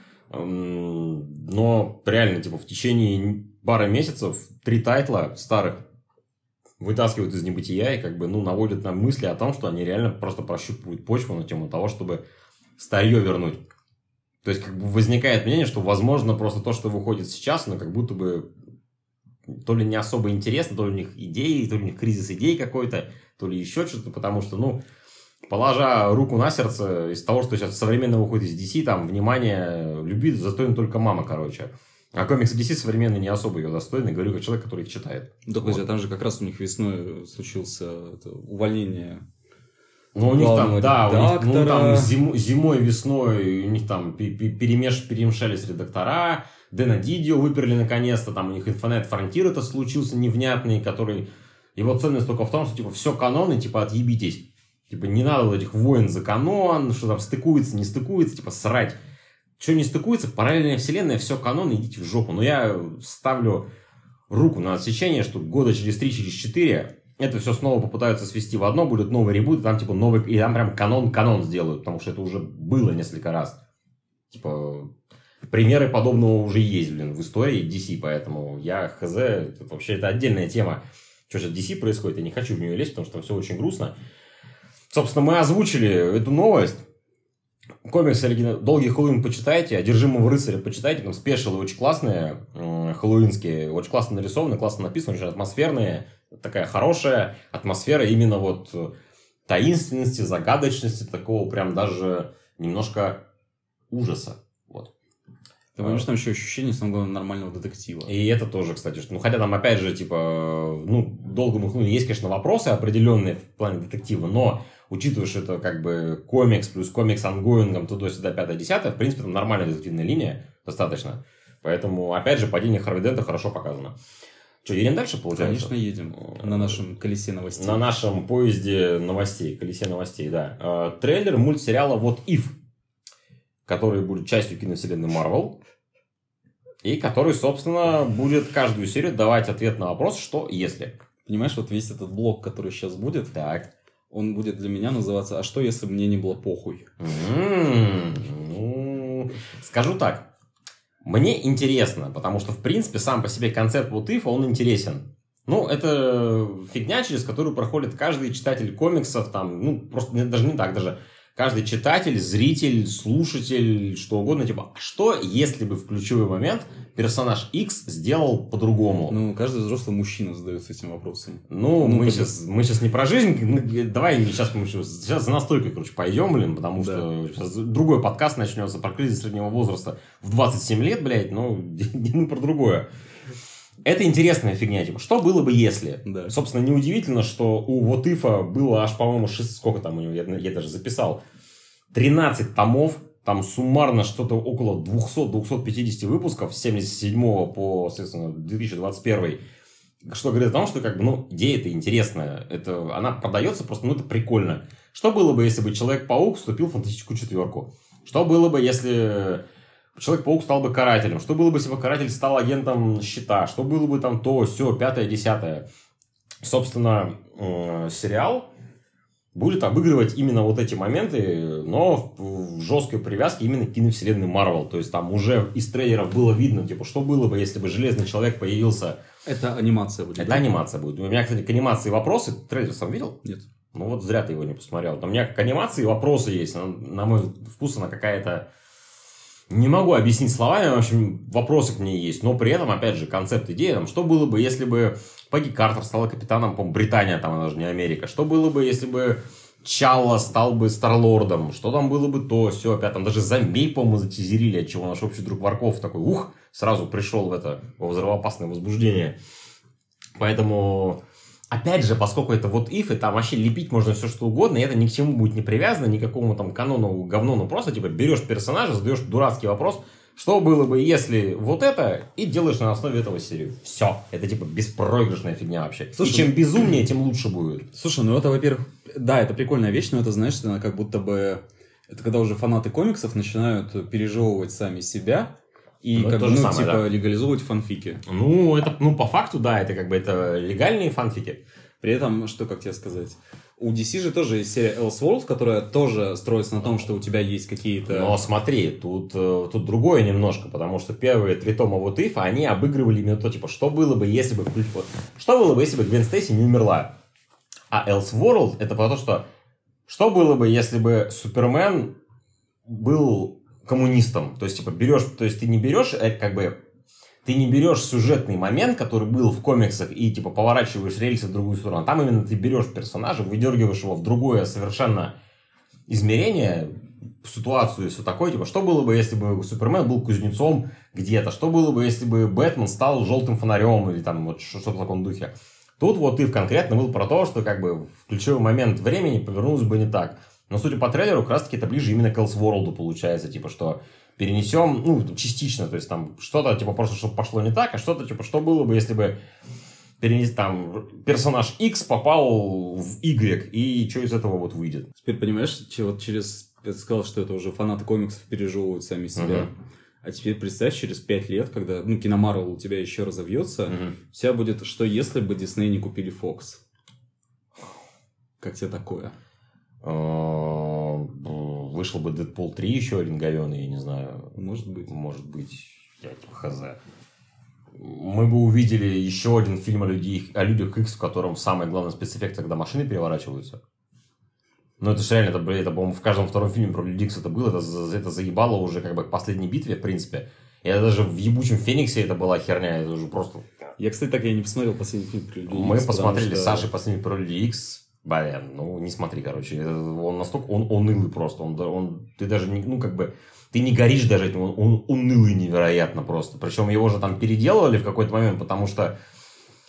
Эм, Но реально, типа, в течение пары месяцев три тайтла старых вытаскивают из небытия и как бы, ну, наводят на мысли о том, что они реально просто прощупывают почву на тему того, чтобы старье вернуть. То есть, как бы возникает мнение, что, возможно, просто то, что выходит сейчас, оно как будто бы то ли не особо интересно, то ли у них идеи, то ли у них кризис идей какой-то, то ли еще что-то, потому что, ну, положа руку на сердце, из того, что сейчас современно выходит из ди си, там, внимание, любит, достойна только мама, короче. А комиксы ди си современные не особо ее достойны, говорю, как человек, который их читает. Ну, так, Вот. а там же как раз у них весной случился это, увольнение. Ну, у них там, главного да, у них, ну, редактора. там зим- зимой, весной у них там пе- пе- перемеш, перемешались редактора, Дэна Дидио выперли наконец-то, там у них Infinite Frontier это случился невнятный, который... Его ценность только в том, что, типа, все канон, и, типа, отъебитесь. Типа, не надо вот этих войн за канон, что там стыкуется, не стыкуется, типа, срать. Что не стыкуется, параллельная вселенная, все канон, идите в жопу. Но я ставлю руку на отсечение, что года через три, через четыре это все снова попытаются свести в одно, будет новый ребут, и там, типа, новый, и там прям канон-канон сделают, потому что это уже было несколько раз. Типа, примеры подобного уже есть, блин, в истории ди си, поэтому я хз, это вообще это отдельная тема. Что сейчас в ди си происходит, я не хочу в нее лезть, потому что там все очень грустно. Собственно, мы озвучили эту новость. Комикс оригинал... «Долгий Хэллоуин» почитайте, «Одержимого рыцаря» почитайте, там спешилы очень классные, м, хэллоуинские, очень классно нарисованы, классно написаны, очень атмосферные, такая хорошая атмосфера именно вот таинственности, загадочности, такого прям даже немножко ужаса. Вот. Ты понимаешь, там еще ощущение, самое главное, нормального детектива. И это тоже, кстати, что, ну, хотя там, опять же, типа, ну, долгому Хэллоуину есть, конечно, вопросы определенные в плане детектива, но учитывая, что это как бы комикс плюс комикс ангоингом, туда-сюда, пятое-десятое, в принципе, там нормальная детективная линия, достаточно. Поэтому, опять же, падение Харви Дента хорошо показано. Что, едем дальше, получается? Конечно, едем. На нашем колесе новостей. На нашем поезде новостей, колесе новостей, да. Трейлер мультсериала What If, который будет частью киновселенной Marvel. И который, собственно, будет каждую серию давать ответ на вопрос, что если. Понимаешь, вот весь этот блок, который сейчас будет, так. он будет для меня называться «А что, если мне не было похуй?» Mm-hmm. Ну, скажу так. Мне интересно, потому что, в принципе, сам по себе концепт What If, он интересен. Ну, это фигня, через которую проходит каждый читатель комиксов, там, ну, просто даже не так, даже каждый читатель, зритель, слушатель, что угодно, типа, а что, если бы в ключевой момент персонаж X сделал по-другому? Ну, каждый взрослый мужчина задается этим вопросом. Ну, ну мы, сейчас, мы сейчас не про жизнь, ну, давай сейчас мы сейчас за настойкой, короче, пойдем, блин, потому да. что сейчас другой подкаст начнется про кризис среднего возраста в двадцать семь лет, блядь, ну, не про другое. Это интересная фигня, типа, что было бы, если? Да. Собственно, неудивительно, что у What If было аж, по-моему, шесть, сколько там у него, я, я даже записал, тринадцать томов, там суммарно что-то около двести - двести пятьдесят выпусков с семьдесят седьмого по, соответственно, две тысячи двадцать первый. Что говорит о том, что, как бы, ну, идея-то интересная, это, она продается просто, ну, это прикольно. Что было бы, если бы Человек-паук вступил в фантастическую четверку? Что было бы, если... Человек-паук стал бы карателем. Что было бы, если бы каратель стал агентом Щита? Что было бы там то, сё, пятое, десятое? Собственно, э, сериал будет обыгрывать именно вот эти моменты, но в, в жесткой привязке именно к киновселенной Marvel. То есть там уже из трейлеров было видно, типа, что было бы, если бы Железный Человек появился... Это анимация будет. Это да? анимация будет. У меня, кстати, к анимации вопросы. Трейлер сам видел? Нет. Ну вот зря ты его не посмотрел. Там у меня к анимации вопросы есть. На, на мой вкус она какая-то... Не могу объяснить словами, в общем, вопросы к ней есть, но при этом, опять же, концепт, идея, там, что было бы, если бы Пегги Картер стала капитаном, по-моему, Британия, там, она же не Америка, что было бы, если бы Чалла стал бы Старлордом, что там было бы то, все, опять, там даже зомби, по-моему, затизерили, отчего наш общий друг Варков такой, ух, сразу пришел в это, во взрывоопасное возбуждение, поэтому... Опять же, поскольку это вот if, и там вообще лепить можно все что угодно, и это ни к чему будет не привязано, ни к какому там канону говно, ну просто типа берешь персонажа, задаешь дурацкий вопрос, что было бы, если вот это, и делаешь на основе этого серию. Все. Это типа беспроигрышная фигня вообще. Слушай, и чем безумнее, тем лучше будет. Слушай, ну это, во-первых, да, это прикольная вещь, но это, знаешь, это как будто бы, это когда уже фанаты комиксов начинают пережевывать сами себя, и ну, как бы, ну, самое, типа, да. легализовывать фанфики. Ну, это, ну, по факту, да, это как бы это легальные фанфики. При этом, что, как тебе сказать, у ди си же тоже есть серия Elseworlds, которая тоже строится на том, что у тебя есть какие-то... Но смотри, тут, тут другое немножко, потому что первые три тома What If, они обыгрывали именно то, типа, что было бы, если бы... Что было бы, если бы Гвен Стейси не умерла? А Elseworlds это про то, что... Что было бы, если бы Супермен был... коммунистом, то есть, типа, берешь, то есть, ты не берешь, как бы, ты не берешь сюжетный момент, который был в комиксах, и, типа, поворачиваешь рельсы в другую сторону, а там именно ты берешь персонажа, выдергиваешь его в другое совершенно измерение, ситуацию и все такое, типа, что было бы, если бы Супермен был кузнецом где-то, что было бы, если бы Бэтмен стал желтым фонарем, или там, вот, что-то в таком духе. Тут вот ты конкретно был про то, что, как бы, в ключевой момент времени повернулось бы не так. Но, судя по трейлеру, как раз-таки это ближе именно к Elseworlds получается, типа, что перенесем, ну, частично, то есть, там, что-то, типа, просто, чтобы пошло не так, а что-то, типа, что было бы, если бы перенести, там, персонаж X попал в Y, и что из этого вот выйдет? Теперь, понимаешь, вот через, я сказал, что это уже фанаты комиксов пережевывают сами себя, uh-huh. а теперь представь, через пять лет, когда, ну, киномарвел у тебя еще разовьется, uh-huh. у тебя будет, что если бы Дисней не купили Fox? Как тебе такое? Вышел бы Дэдпул три еще один говёный, я не знаю. Может быть. Может быть, я типа хз. Мы бы увидели еще один фильм о, людей, о людях Икс, в котором самый главный спецэффект, когда машины переворачиваются. Ну, это же реально, это, это, по-моему, в каждом втором фильме про Людей Икс это было, это, это заебало уже как бы к последней битве, в принципе. И это даже в ебучем Фениксе это была херня, это уже просто... Я, кстати, так я не посмотрел последний фильм про Людей Икс. Мы посмотрели что... с Сашей последний про Людей Икс. Блин, ну не смотри, короче, он настолько, он унылый просто, он, он, ты даже, не, ну как бы, ты не горишь даже этим, он, он унылый невероятно просто, причем его же там переделывали в какой-то момент, потому что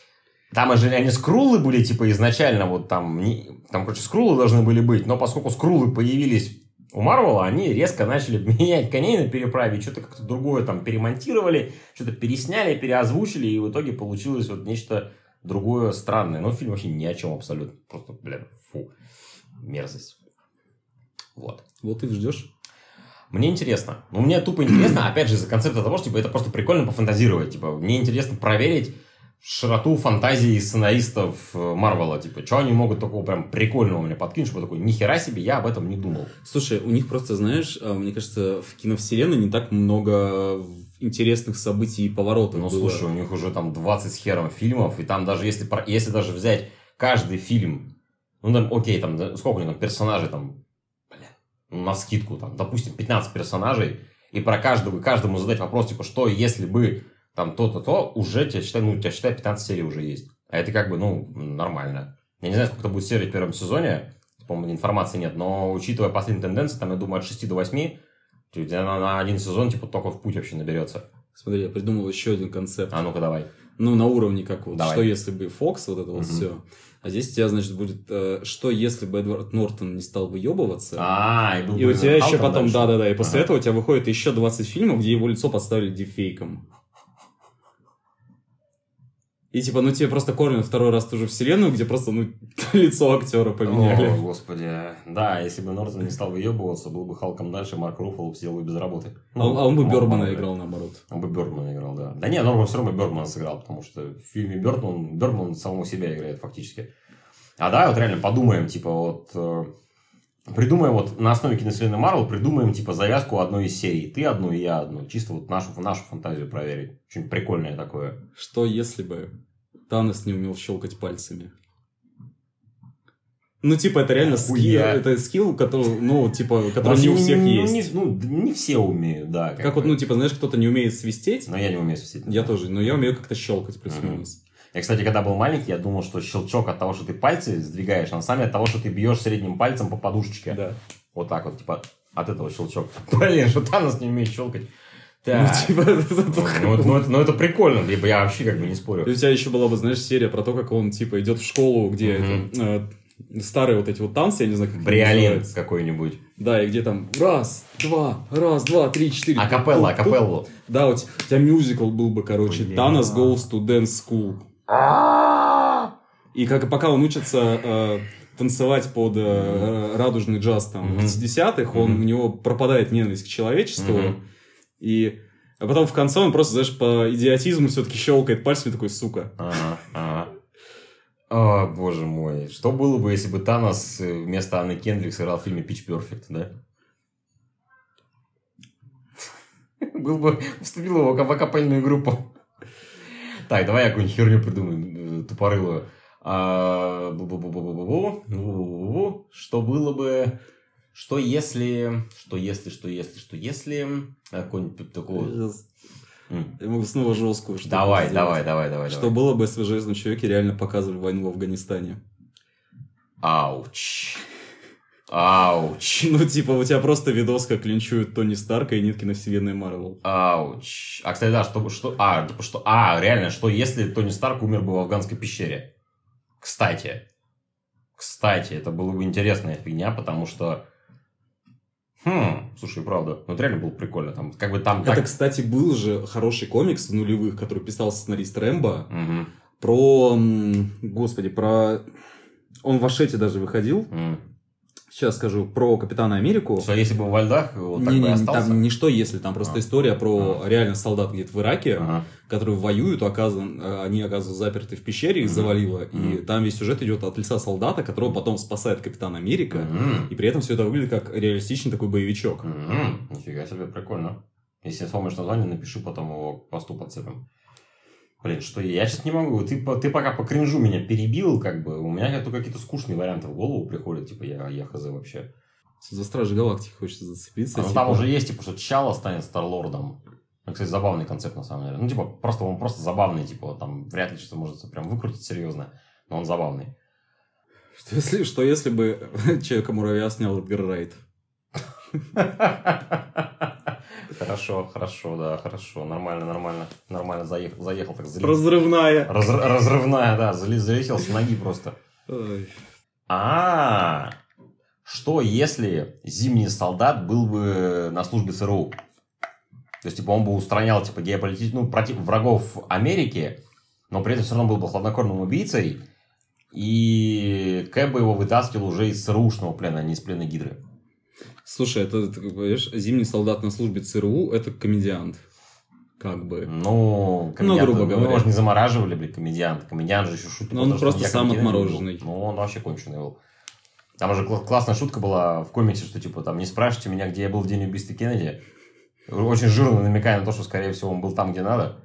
Там же они скруллы были, типа, изначально, вот там, не, там, короче, скруллы должны были быть, но поскольку скруллы появились у Марвела, они резко начали менять коней на переправе, что-то как-то другое там перемонтировали, что-то пересняли, переозвучили, и в итоге получилось вот нечто другое странное. Но фильм вообще ни о чем абсолютно. Просто, блин, фу, мерзость. Вот. Вот ты ждешь. Мне интересно. Ну, мне тупо интересно, опять же, из-за концепта того, что типа, это просто прикольно пофантазировать. Типа, мне интересно проверить широту фантазии сценаристов Марвела. Типа, что они могут такого прям прикольного мне подкинуть, чтобы такой, нихера себе, я об этом не думал. Слушай, у них просто, знаешь, мне кажется, в киновселенной не так много интересных событий и поворотов. Ну, было. слушай, у них уже там двадцать с хером фильмов, и там даже если, если даже взять каждый фильм, ну, там, окей, там, да, сколько у них там персонажей, там, блин, ну, навскидку, там, допустим, пятнадцать персонажей, и про каждого, каждому задать вопрос, типа, что если бы там то-то, то, уже тебя считай, ну, у тебя, считай, пятнадцать серий уже есть. А это как бы, ну, нормально. Я не знаю, сколько это будет серий в первом сезоне, по-моему, информации нет, но учитывая последние тенденции, там, я думаю, от шести до восьми, у тебя на, на один сезон, типа, только в путь вообще наберется. Смотри, я придумал еще один концепт. А ну-ка, давай. Ну, на уровне как вот, давай. Что если бы Фокс, вот это вот угу. все. А здесь у тебя, значит, будет, э, что если бы Эдвард Нортон не стал выебываться. А, и был И у тебя еще потом, да-да-да, и ага. после этого у тебя выходит еще двадцать фильмов, где его лицо подставили дипфейком. И типа, ну тебе просто кормят второй раз ту же вселенную, где просто, ну, лицо актера поменяли. О, господи. Да, если бы Нортон не стал выебываться, был бы Халком дальше, Марк Руффало сидел бы без работы. Ну, а он бы Бёрдмана играл, наоборот. Он бы Бёрдмана играл, да. Да не, Норман все равно Бёрдмана сыграл, потому что в фильме Бёрдман, Бёрдман самому себя играет фактически. А да, вот реально подумаем, типа, вот... Э, придумаем вот на основе киновселенной Марвел, придумаем, типа, завязку одной из серий. Ты одну, и я одну. Чисто вот нашу, нашу фантазию проверить. Что-нибудь прикольное такое. Что если бы Танос не умел щелкать пальцами? Ну, типа, это реально скилл, это скилл, который, ну, типа, который не у всех не, есть. Не, ну, не все умеют, да. Как, как вот, ну, типа, знаешь, кто-то не умеет свистеть. Но я не умею свистеть. Я тоже, но я умею как-то щелкать плюс-минус. Uh-huh. Я, кстати, когда был маленький, я думал, что щелчок от того, что ты пальцы сдвигаешь, а на самом деле от того, что ты бьешь средним пальцем по подушечке. Да. Вот так вот, типа, от этого щелчок. Блин, что Танос не умеет щелкать. Так. Ну, типа, это, ну, ну, это, ну, это прикольно, либо я вообще как бы не спорю. И у тебя еще была бы, знаешь, серия про то, как он, типа, идет в школу, где uh-huh. это, э, старые вот эти вот танцы, я не знаю, как Бриолин какой-нибудь. Да, и где там раз, два, раз, два, три, четыре. Акапелла, акапеллу. Да, у тебя, у тебя мюзикл был бы, короче, Блин. Танос Goes to Dance School. И как, пока он учится э, танцевать под э, радужный джаз там, в пятидесятых, он, у него пропадает ненависть к человечеству. И а потом в конце он просто, знаешь, по идиотизму все-таки щелкает пальцами, такой, сука. Ага, ага. О, боже мой. Что было бы, если бы Танос вместо Анны Кендрик сыграл в фильме Pitch Perfect, да? Был бы, вступил его в акапельную группу. Так, давай я какую-нибудь херню придумаю, тупорылую. Что было бы... Что если... Что если, что если, что если... Какой-нибудь такого... Я могу снова жесткую штуку Давай, сделать. давай, давай, давай. Что давай. было бы, если в «Железном человеке» реально показывали войну в Афганистане? Ауч. Ауч. Ну, типа, у тебя просто видос, как линчуют Тони Старка и Ниткина вселенной Марвел. Ауч. А, кстати, да, что... что а, что, а, реально, что если Тони Старк умер бы в афганской пещере? Кстати. Кстати, это было бы интересная фигня, потому что... Хм, слушай, правда, ну это реально было прикольно. Там, как бы там это, так... кстати, был же хороший комикс в нулевых, который писал сценарист Рэмбо. Угу. Про... Господи, про... Он в Ашете даже выходил. Угу. Сейчас скажу про Капитана Америку. Что, если бы во льдах вот так не, бы не, остался? Там не что если, там просто а. история про а. реально солдат где-то в Ираке, ага. которые воюют, оказывается, они оказываются заперты в пещере, их завалило, и там весь сюжет идет от лица солдата, которого потом спасает Капитан Америка, и при этом все это выглядит как реалистичный такой боевичок. Нифига себе, прикольно. Если вспомнишь название, напиши, потом его к посту подцепим. Блин, что я сейчас не могу. Ты, ты пока по кринжу меня перебил, как бы. У меня только какие-то скучные варианты в голову приходят. Типа, я, я хз вообще. За Стражи Галактики хочется зацепиться. А, типа... Ну, там уже есть, типа, что Чала станет Старлордом. Ну, кстати, забавный концепт, на самом деле. Ну, типа, просто он просто забавный. Типа, там вряд ли что-то может прям выкрутить серьезно. Но он забавный. Что если, что если бы Человека-муравья снял Эдгар Райт? Хорошо, хорошо, да, хорошо. Нормально, нормально. Нормально заехал, заехал так залез. Разрывная. Раз, разрывная, да, залез, залетел с ноги просто. Ой. А, что если Зимний солдат был бы на службе ЦРУ? То есть, типа, он бы устранял, типа, геополитических, ну, против врагов Америки, но при этом все равно был бы хладнокровным убийцей, и Кэп бы его вытаскивал уже из ЦРУшного плена, а не из плена Гидры. Слушай, это, ты понимаешь, Зимний солдат на службе ЦРУ – это комедиант. Как бы. Ну, ну грубо говоря. Его же не замораживали, блин, комедиант. Комедиант же еще шутит. Ну, он просто сам отмороженный. Ну, он вообще конченый был. Там же классная шутка была в комиксе, что, типа, там, не спрашивайте меня, где я был в день убийства Кеннеди. Очень жирно намекая на то, что, скорее всего, он был там, где надо.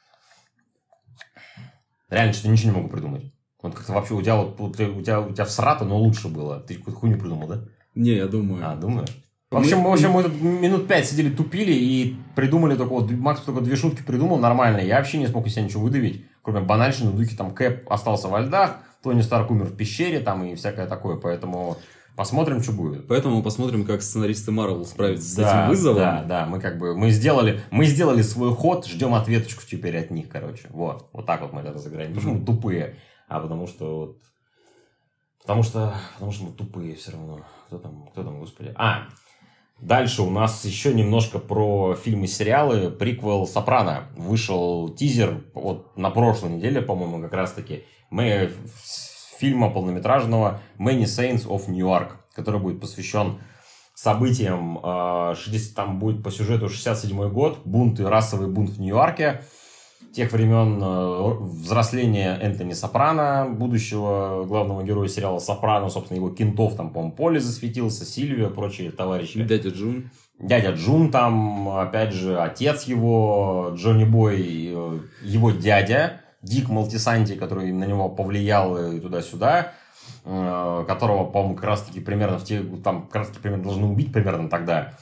Реально, что-то ничего не могу придумать. Вот как-то вообще у тебя, вот, у тебя, у тебя, у тебя всрато, но лучше было. Ты какую-то хуйню придумал, да? Не, я думаю. А, думаю. В общем, мы, в общем, мы тут минут пять сидели, тупили и придумали только вот... Макс только две шутки придумал нормальные. Я вообще не смог из себя ничего выдавить. Кроме банальщины, в духе там Кэп остался во льдах, Тони Старк умер в пещере там и всякое такое. Поэтому посмотрим, что будет. Поэтому посмотрим, как сценаристы Марвел справятся да, с этим вызовом. Да, да, мы как бы... Мы сделали, мы сделали свой ход, ждем ответочку теперь от них, короче. Вот. Вот так вот мы это разыграли. Не потому что мы тупые, а потому что... Вот, потому что... Потому что мы тупые все равно. Кто там, кто там, господи? А... Дальше у нас еще немножко про фильмы и сериалы. Приквел «Сопрано». Вышел тизер вот на прошлой неделе, по-моему, как раз-таки. Мы, фильма полнометражного «Many Saints of New York», который будет посвящен событиям, шестьдесят, там будет по сюжету шестьдесят седьмой год, бунт и расовый бунт в Нью-Йорке. Тех времен взросления Энтони Сопрано, будущего главного героя сериала «Сопрано», собственно, его кентов, там, по-моему, Поли засветился, Сильвия, прочие товарищи. Дядя Джун. Дядя Джун там, опять же, отец его, Джонни Бой, его дядя, Дик Малтисанти, который на него повлиял и туда-сюда, которого, по-моему, как раз-таки примерно в те, там, как раз-таки примерно должны убить примерно тогда.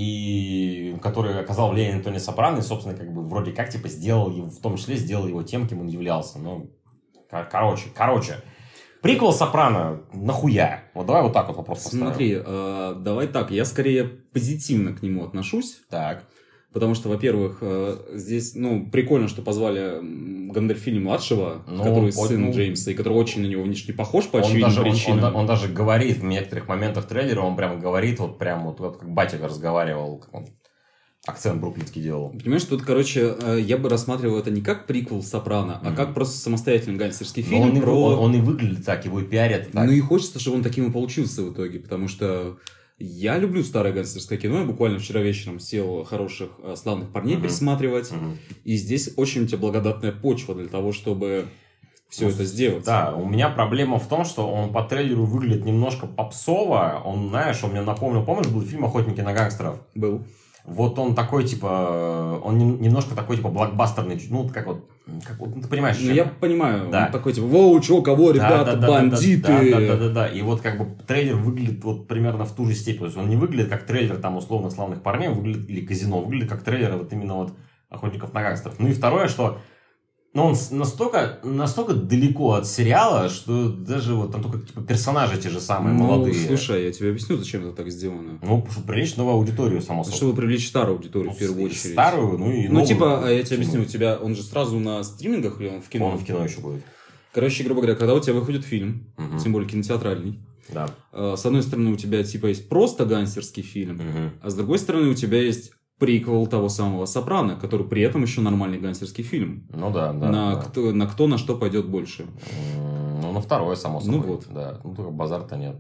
И который оказал влияние на Тони Сопрано, и, собственно, как бы вроде как, типа, сделал его, в том числе сделал его тем, кем он являлся. Ну, короче, короче. Приквел Сопрано нахуя? Вот давай вот так вот вопрос поставим. Смотри, э, давай так, я скорее позитивно к нему отношусь. Так. Потому что, во-первых, здесь, ну, прикольно, что позвали Гандальфини-младшего, ну, который сын ну, Джеймса, и который очень на него внешне похож по очевидным даже, причинам. Он, он, он даже говорит в некоторых моментах трейлера, он прям говорит, вот прям вот, вот как батя разговаривал, как он акцент бруклинский делал. Понимаешь, тут, короче, я бы рассматривал это не как приквел «Сопрано», mm-hmm. а как просто самостоятельный гангстерский фильм. Он, про... и, он, он и выглядит так, его и пиарят так. Ну и хочется, чтобы он таким и получился в итоге, потому что... Я люблю старое гангстерское кино. Я буквально вчера вечером сел хороших, славных парней uh-huh. пересматривать. Uh-huh. И здесь очень у тебя благодатная почва для того, чтобы все ну, это сделать. Да, у меня проблема в том, что он по трейлеру выглядит немножко попсово. Он, знаешь, он мне напомнил, помнишь, был фильм «Охотники на гангстеров»? Был. Вот он такой, типа, он немножко такой, типа, блокбастерный, ну, как вот, как вот, ну, ты понимаешь. Ну, я понимаю, да. он такой, типа, воу, чё, кого, ребята, да, да, бандиты. Да, да, да, да, да, да, и вот, как бы, трейлер выглядит вот примерно в ту же степень, то есть он не выглядит как трейлер, там, условных славных парней, он выглядит, или казино, выглядит как трейлер вот именно вот «Охотников на гангстеров». Ну, и второе, что... Но он настолько, настолько далеко от сериала, что даже вот там только типа, персонажи те же самые, ну, молодые. Слушай, я тебе объясню, зачем это так сделано. Ну, чтобы привлечь новую аудиторию, само собой. Чтобы привлечь старую аудиторию, ну, в первую очередь. Старую, ну и Ну, новую. типа, я тебе объясню, у тебя, он же сразу на стримингах или он в кино? Он в кино еще будет. Короче, грубо говоря, когда у тебя выходит фильм, угу. тем более кинотеатральный, да. с одной стороны, у тебя типа есть просто гангстерский фильм, угу. а с другой стороны, у тебя есть... приквел того самого «Сопрано», который при этом еще нормальный гангстерский фильм. Ну да, да. На, да. Кто, на кто на что пойдет больше. Ну, на второе, само собой. Ну вот. Да. Ну, только базар-то нет.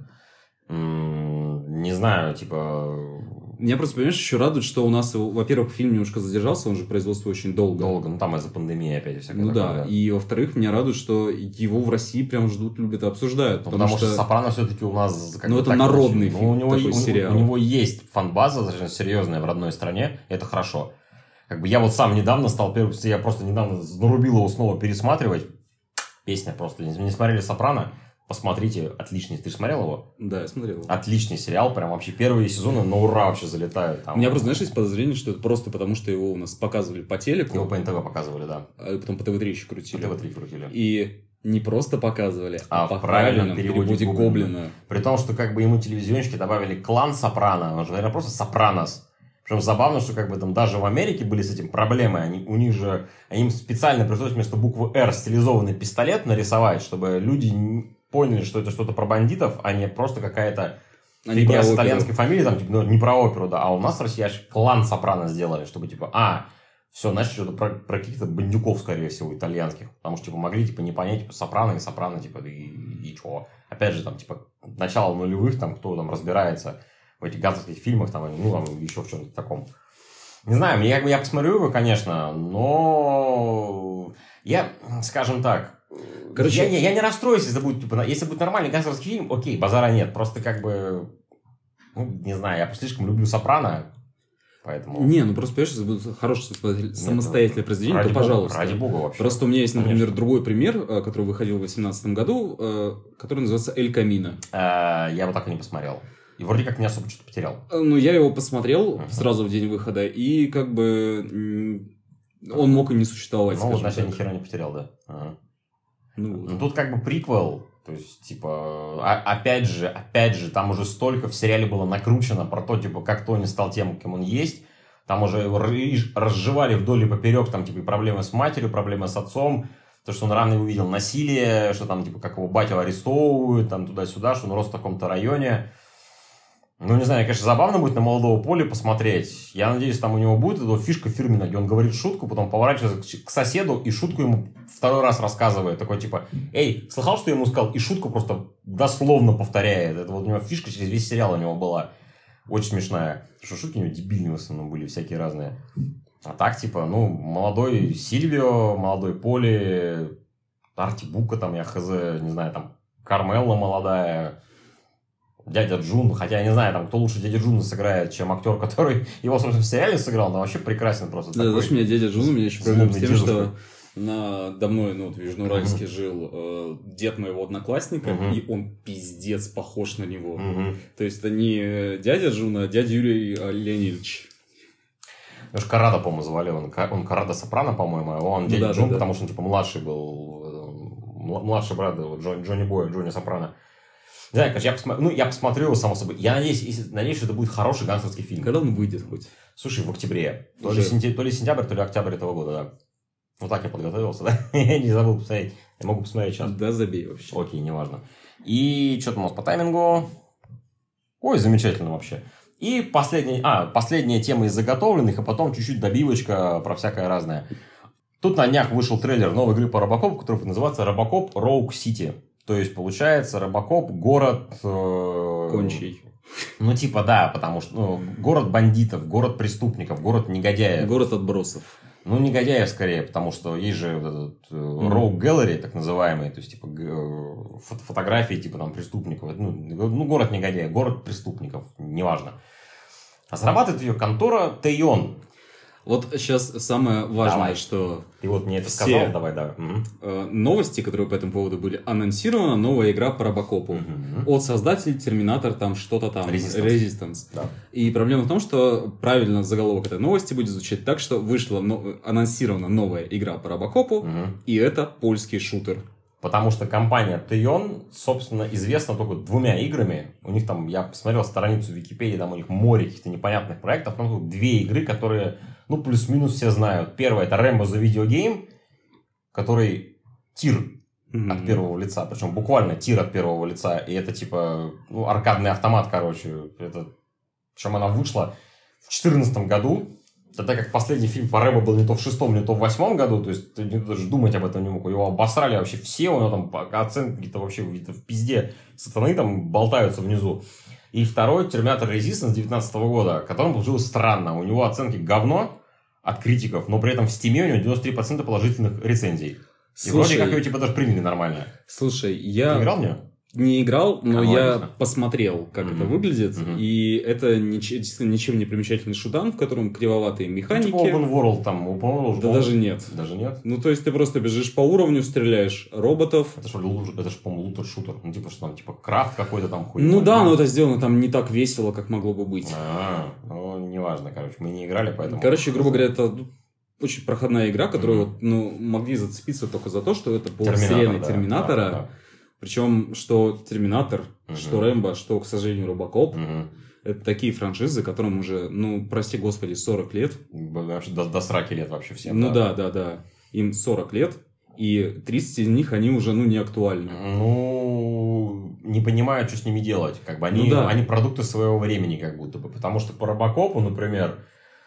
Не знаю, типа... Меня просто, понимаешь, еще радует, что у нас, во-первых, фильм немножко задержался, он же производство очень долго. Долго, ну там из-за пандемии опять всякое Ну такое, да, да, и во-вторых, меня радует, что его в России прям ждут, любят и обсуждают. Ну, потому, потому что... что «Сопрано» все-таки у нас... Как ну, бы, это так народный очень... фильм, ну, у него, такой у, сериал. У него есть фан-база, достаточно серьезная в родной стране, это хорошо. Как бы я вот сам недавно стал, я просто недавно нарубил его снова пересматривать. Песня просто. Не смотрели «Сопрано»? Посмотрите, отличный. Ты же смотрел его? Да, я смотрел. Отличный сериал, прям вообще первые сезоны на ура вообще залетают. Там... У меня просто, знаешь, есть подозрение, что это просто потому, что его у нас показывали по телеку. Его по эн тэ вэ показывали, да. А потом по тэ вэ три еще крутили. По тэ вэ три крутили. И не просто показывали, а, а по в правильном, правильном переводе, переводе Гоблина. Гоблина. При том, что как бы ему телевизионщики добавили клан Сопрано. Он же, наверное, просто Сопранос. Причем забавно, что как бы там даже в Америке были с этим проблемы. Они, у них же, им специально пришлось вместо буквы «Р» стилизованный пистолет нарисовать, чтобы люди поняли, что это что-то про бандитов, а не просто какая-то фигня с итальянской фамилией, там, типа, ну, не про оперу, да. А у нас в России аж клан Сопрано сделали, чтобы, типа, а, все, значит, что-то про, про каких-то бандюков, скорее всего, итальянских. Потому что, типа, могли, типа, не понять, типа, Сопрано и Сопрано, типа, и, и чего. Опять же, там, типа, начало нулевых, там, кто там разбирается в этих гангстерских фильмах, там, ну, там, еще в чем-то таком. Не знаю, я, я посмотрю его, конечно, но я, скажем так, Короче, я, я, я не расстроюсь, если будет, типа, если будет нормальный гангстерский фильм, окей, базара нет. Просто как бы, ну, не знаю, я слишком люблю «Сопрано», поэтому... Не, ну просто, понимаешь, если будет хорошее самостоятельное нет, произведение, то бога, пожалуйста. Ради бога вообще. Просто у меня есть, например, Конечно. другой пример, который выходил в две тысячи восемнадцатом году, который называется «Эль Камино». А, я его так и не посмотрел. И вроде как не особо что-то потерял. Ну, я его посмотрел uh-huh. сразу в день выхода, и как бы он мог и не существовать. Ну, вот, значит, я ни хера не потерял, да. Ага. Ну, ну, тут как бы приквел, то есть, типа, а, опять же, опять же, там уже столько в сериале было накручено про то, типа, как Тони стал тем, кем он есть. Там уже его разжевали вдоль и поперек, там, типа, и проблемы с матерью, проблемы с отцом, то, что он рано увидел насилие, что там, типа, как его батю арестовывают, там, туда-сюда, что он рос в таком-то районе. Ну, не знаю, конечно, забавно будет на «Молодого Поли» посмотреть. Я надеюсь, там у него будет эта фишка фирменная, где он говорит шутку, потом поворачивается к соседу и шутку ему второй раз рассказывает. Такой, типа, эй, слыхал, что я ему сказал? И шутку просто дословно повторяет. Это вот у него фишка через весь сериал у него была. Очень смешная. Потому что шутки у него дебильные в основном были, всякие разные. А так, типа, ну, молодой Сильвио, молодой Поли, Арти Бука, там, я хз, не знаю, там, Кармелла молодая... Дядя Джун, хотя я не знаю, там, кто лучше дядя Джуна сыграет, чем актер, который его, собственно, в сериале сыграл, но вообще прекрасен просто. Да, знаешь, у меня дядя Джун, у меня еще проблема с тем, дедушка. Что надо мной, ну, вот в Южноуральске uh-huh. жил э, дед моего одноклассника, uh-huh. и он пиздец похож на него. Uh-huh. То есть, это не дядя Джун, а дядя Юрий Леонидович. Потому что Карада, по-моему, звали, он, он Карада Сопрано, по-моему, а он дядя ну, да, Джун, да, да. потому что он, типа, младший был, младший брат Джон, Джонни Боя, Джонни Сопрано. Не знаю, конечно, я, посмотр... ну, я посмотрю его, само собой. Я надеюсь, если... надеюсь, что это будет хороший гангстерский фильм. Когда он выйдет хоть? Слушай, в октябре. То ли, сентя... то ли сентябрь, то ли октябрь этого года, да. Вот так я подготовился, да? Я не забыл посмотреть. Я могу посмотреть сейчас. Да, забей вообще. Окей, неважно. И что там у нас по таймингу? Ой, замечательно вообще. И последняя... А, последняя тема из заготовленных, а потом чуть-чуть добивочка про всякое разное. Тут на днях вышел трейлер новой игры по Робокопу, который называется Робокоп Роуг Сити. То есть, получается, Робокоп город... Э, Кончий. Ну, типа, да, потому что ну, город бандитов, город преступников, город негодяев. Город отбросов. Ну, негодяев скорее, потому что есть же вот этот mm-hmm. Rogue Gallery, так называемый, то есть, типа, фото- фотографии, типа, там, преступников. Ну, ну, город негодяев, город преступников, неважно. Разрабатывает ее контора Тейон. Вот сейчас самое важное, давай. Что... Ты вот мне это сказал, давай, давай. Угу. Новости, которые по этому поводу были, анонсирована новая игра по Робокопу. Угу. От создателей Терминатор, там что-то там, Resistance. Resistance. Да. И проблема в том, что правильно заголовок этой новости будет звучать так, что вышла, но... анонсирована новая игра по Робокопу, угу. и это польский шутер. Потому что компания Тейон, собственно, известна только двумя играми. У них там, я посмотрел страницу в Википедии, там у них море каких-то непонятных проектов. Там только две игры, которые, ну, плюс-минус все знают. Первая — это Rambo the Video Game, который тир mm-hmm. от первого лица. Причем буквально тир от первого лица. И это типа, ну, аркадный автомат, короче. Это... Причем она вышла в две тысячи четырнадцатом году. Так как последний фильм по Рэмбо был не то в шестом, не то в восьмом году, то есть ты даже думать об этом не мог. Его обосрали вообще все, у него там оценки какие-то вообще в пизде сатаны там болтаются внизу. И второй, Терминатор Resistance две тысячи девятнадцатого года, которым получилось странно. У него оценки говно от критиков, но при этом в Стиме у него девяносто три процента положительных рецензий. Слушай, и вроде как ее типа даже приняли нормально. Слушай, я... Ты играл в нее? Не играл, но а, я логично. посмотрел, как mm-hmm. это выглядит. Mm-hmm. И это нич- действительно ничем не примечательный шутан, в котором кривоватые механики. Ну, типа Open World там, Open World. Да он... даже нет. Даже нет? Ну, то есть, ты просто бежишь по уровню, стреляешь роботов. Это же, это же по-моему, лутер-шутер. Ну, типа, что там, типа, крафт какой-то там хуй. Ну, да, но это сделано там не так весело, как могло бы быть. А, ну, неважно, короче. Мы не играли, поэтому... Короче, грубо говоря, это... очень проходная игра, которую mm-hmm. ну, могли зацепиться только за то, что это по вселенной да, Терминатора. Да, да. Причем, что Терминатор, mm-hmm. что Рэмбо, что, к сожалению, Робокоп, mm-hmm. Это такие франшизы, которым уже, ну, прости господи, сорок лет. До, до сорока лет вообще всем. Ну да, да, да. да. Им сорок лет, и тридцать из них, они уже, ну, не актуальны. Ну, не понимают, что с ними делать. Как бы они, ну, да. они продукты своего времени, как будто бы. Потому что по Робокопу, например,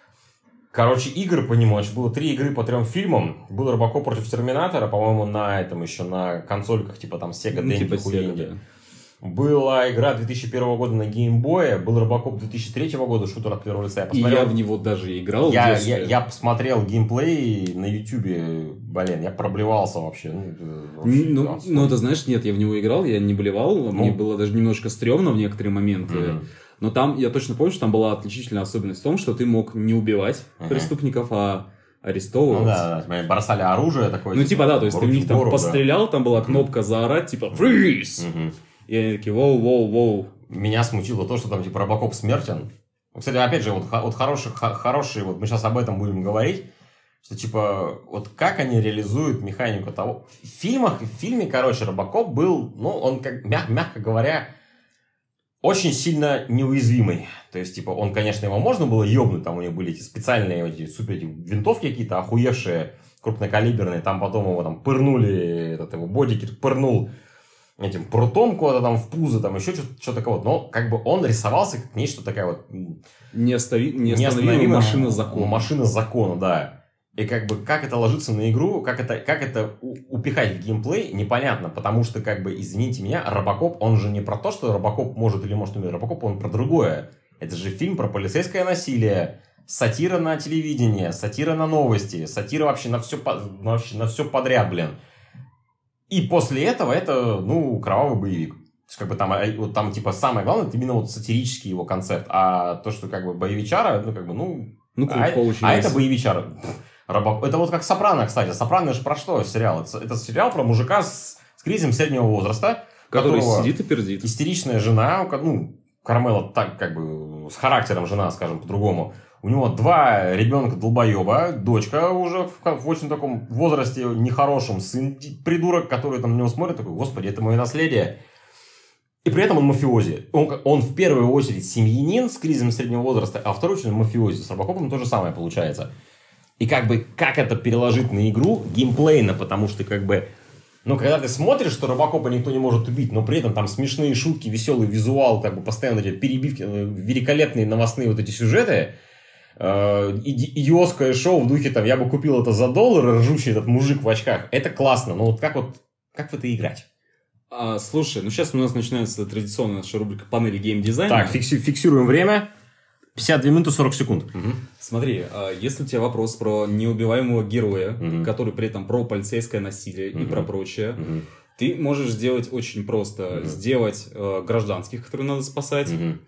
короче, игр по нему, значит, было три игры по трем фильмам. Был Робокоп против Терминатора, по-моему, на этом еще, на консольках, типа там Sega ну, Denki, типа Хуинди. Да. Была игра две тысячи первого года на геймбое, был Робокоп две тысячи третьего года, шутер от первого лица. Я посмотрел... И я в него даже играл. Я, я, я посмотрел геймплей на ютубе, блин, я проблевался вообще. Ну, вообще ну, ну, ты знаешь, нет, я в него играл, я не блевал, ну, мне было даже немножко стрёмно в некоторые моменты. Mm-hmm. Но там, я точно помню, что там была отличительная особенность в том, что ты мог не убивать uh-huh. преступников, а арестовывать. Ну да, да, бросали оружие такое. Ну типа да, то есть ты в них там пострелял, да. там была кнопка заорать, типа «Freeze!» uh-huh. И они такие «Воу-воу-воу». Меня смутило то, что там типа Робокоп смертен. Кстати, опять же, вот, вот хороший, хороший, вот мы сейчас об этом будем говорить, что типа, вот как они реализуют механику того. В фильмах, в фильме, короче, Робокоп был, ну, он, как, мяг, мягко говоря, очень сильно неуязвимый. То есть, типа, он, конечно, его можно было ёбнуть, там у него были эти специальные эти, супер эти винтовки какие-то охуевшие, крупнокалиберные, там потом его там пырнули, этот его бодикер пырнул этим прутом куда-то там в пузо, там еще что-то, что-то такое. Но как бы он рисовался как нечто такая вот неостави... неостановимая машина закона. Машина закона, да. И как бы как это ложится на игру, как это, как это упихать в геймплей, непонятно, потому что, как бы, извините меня, Робокоп, он же не про то, что Робокоп может или может умереть. Робокоп, он про другое. Это же фильм про полицейское насилие, сатира на телевидение, сатира на новости, сатира вообще на все, вообще на все подряд, блин. И после этого это, ну, кровавый боевик. То есть, как бы там, вот там, типа, самое главное, это именно вот сатирический его концепт. А то, что, как бы, боевичара, ну, как бы, ну... Ну, а, а это боевичара. Робок... Это вот как «Сопрано», кстати. «Сопрано» же про что сериал? Это, это сериал про мужика с, с кризисом среднего возраста. Который сидит и пердит. Истеричная жена, ну, Кармела так, как бы, с характером жена, скажем по-другому. У него два ребенка-долбоеба, дочка уже в, в очень таком возрасте нехорошем, сын придурок, который там на него смотрит, такой: господи, это мое наследие. И при этом он мафиози. Он, он в первую очередь семьянин с кризисом среднего возраста, а в вторую очередь мафиози. С Робокопом то же самое получается. И как бы, как это переложить на игру геймплейно, потому что, как бы, ну, когда ты смотришь, что Робокопа никто не может убить, но при этом там смешные шутки, веселый визуал, как бы постоянно эти перебивки, великолепные новостные вот эти сюжеты, идиотское шоу в духе, там, я бы купил это за доллар, ржущий этот мужик в очках, это классно, но вот как вот, как в это играть? А, слушай, ну сейчас у нас начинается традиционная наша рубрика «Панели геймдизайна». Так, фикси- фиксируем время. пятьдесят две минуты сорок секунд. Угу. Смотри, если у тебя вопрос про неубиваемого героя, угу. который при этом про полицейское насилие угу. и про прочее, угу. ты можешь сделать очень просто. Угу. Сделать э, гражданских, которые надо спасать, угу.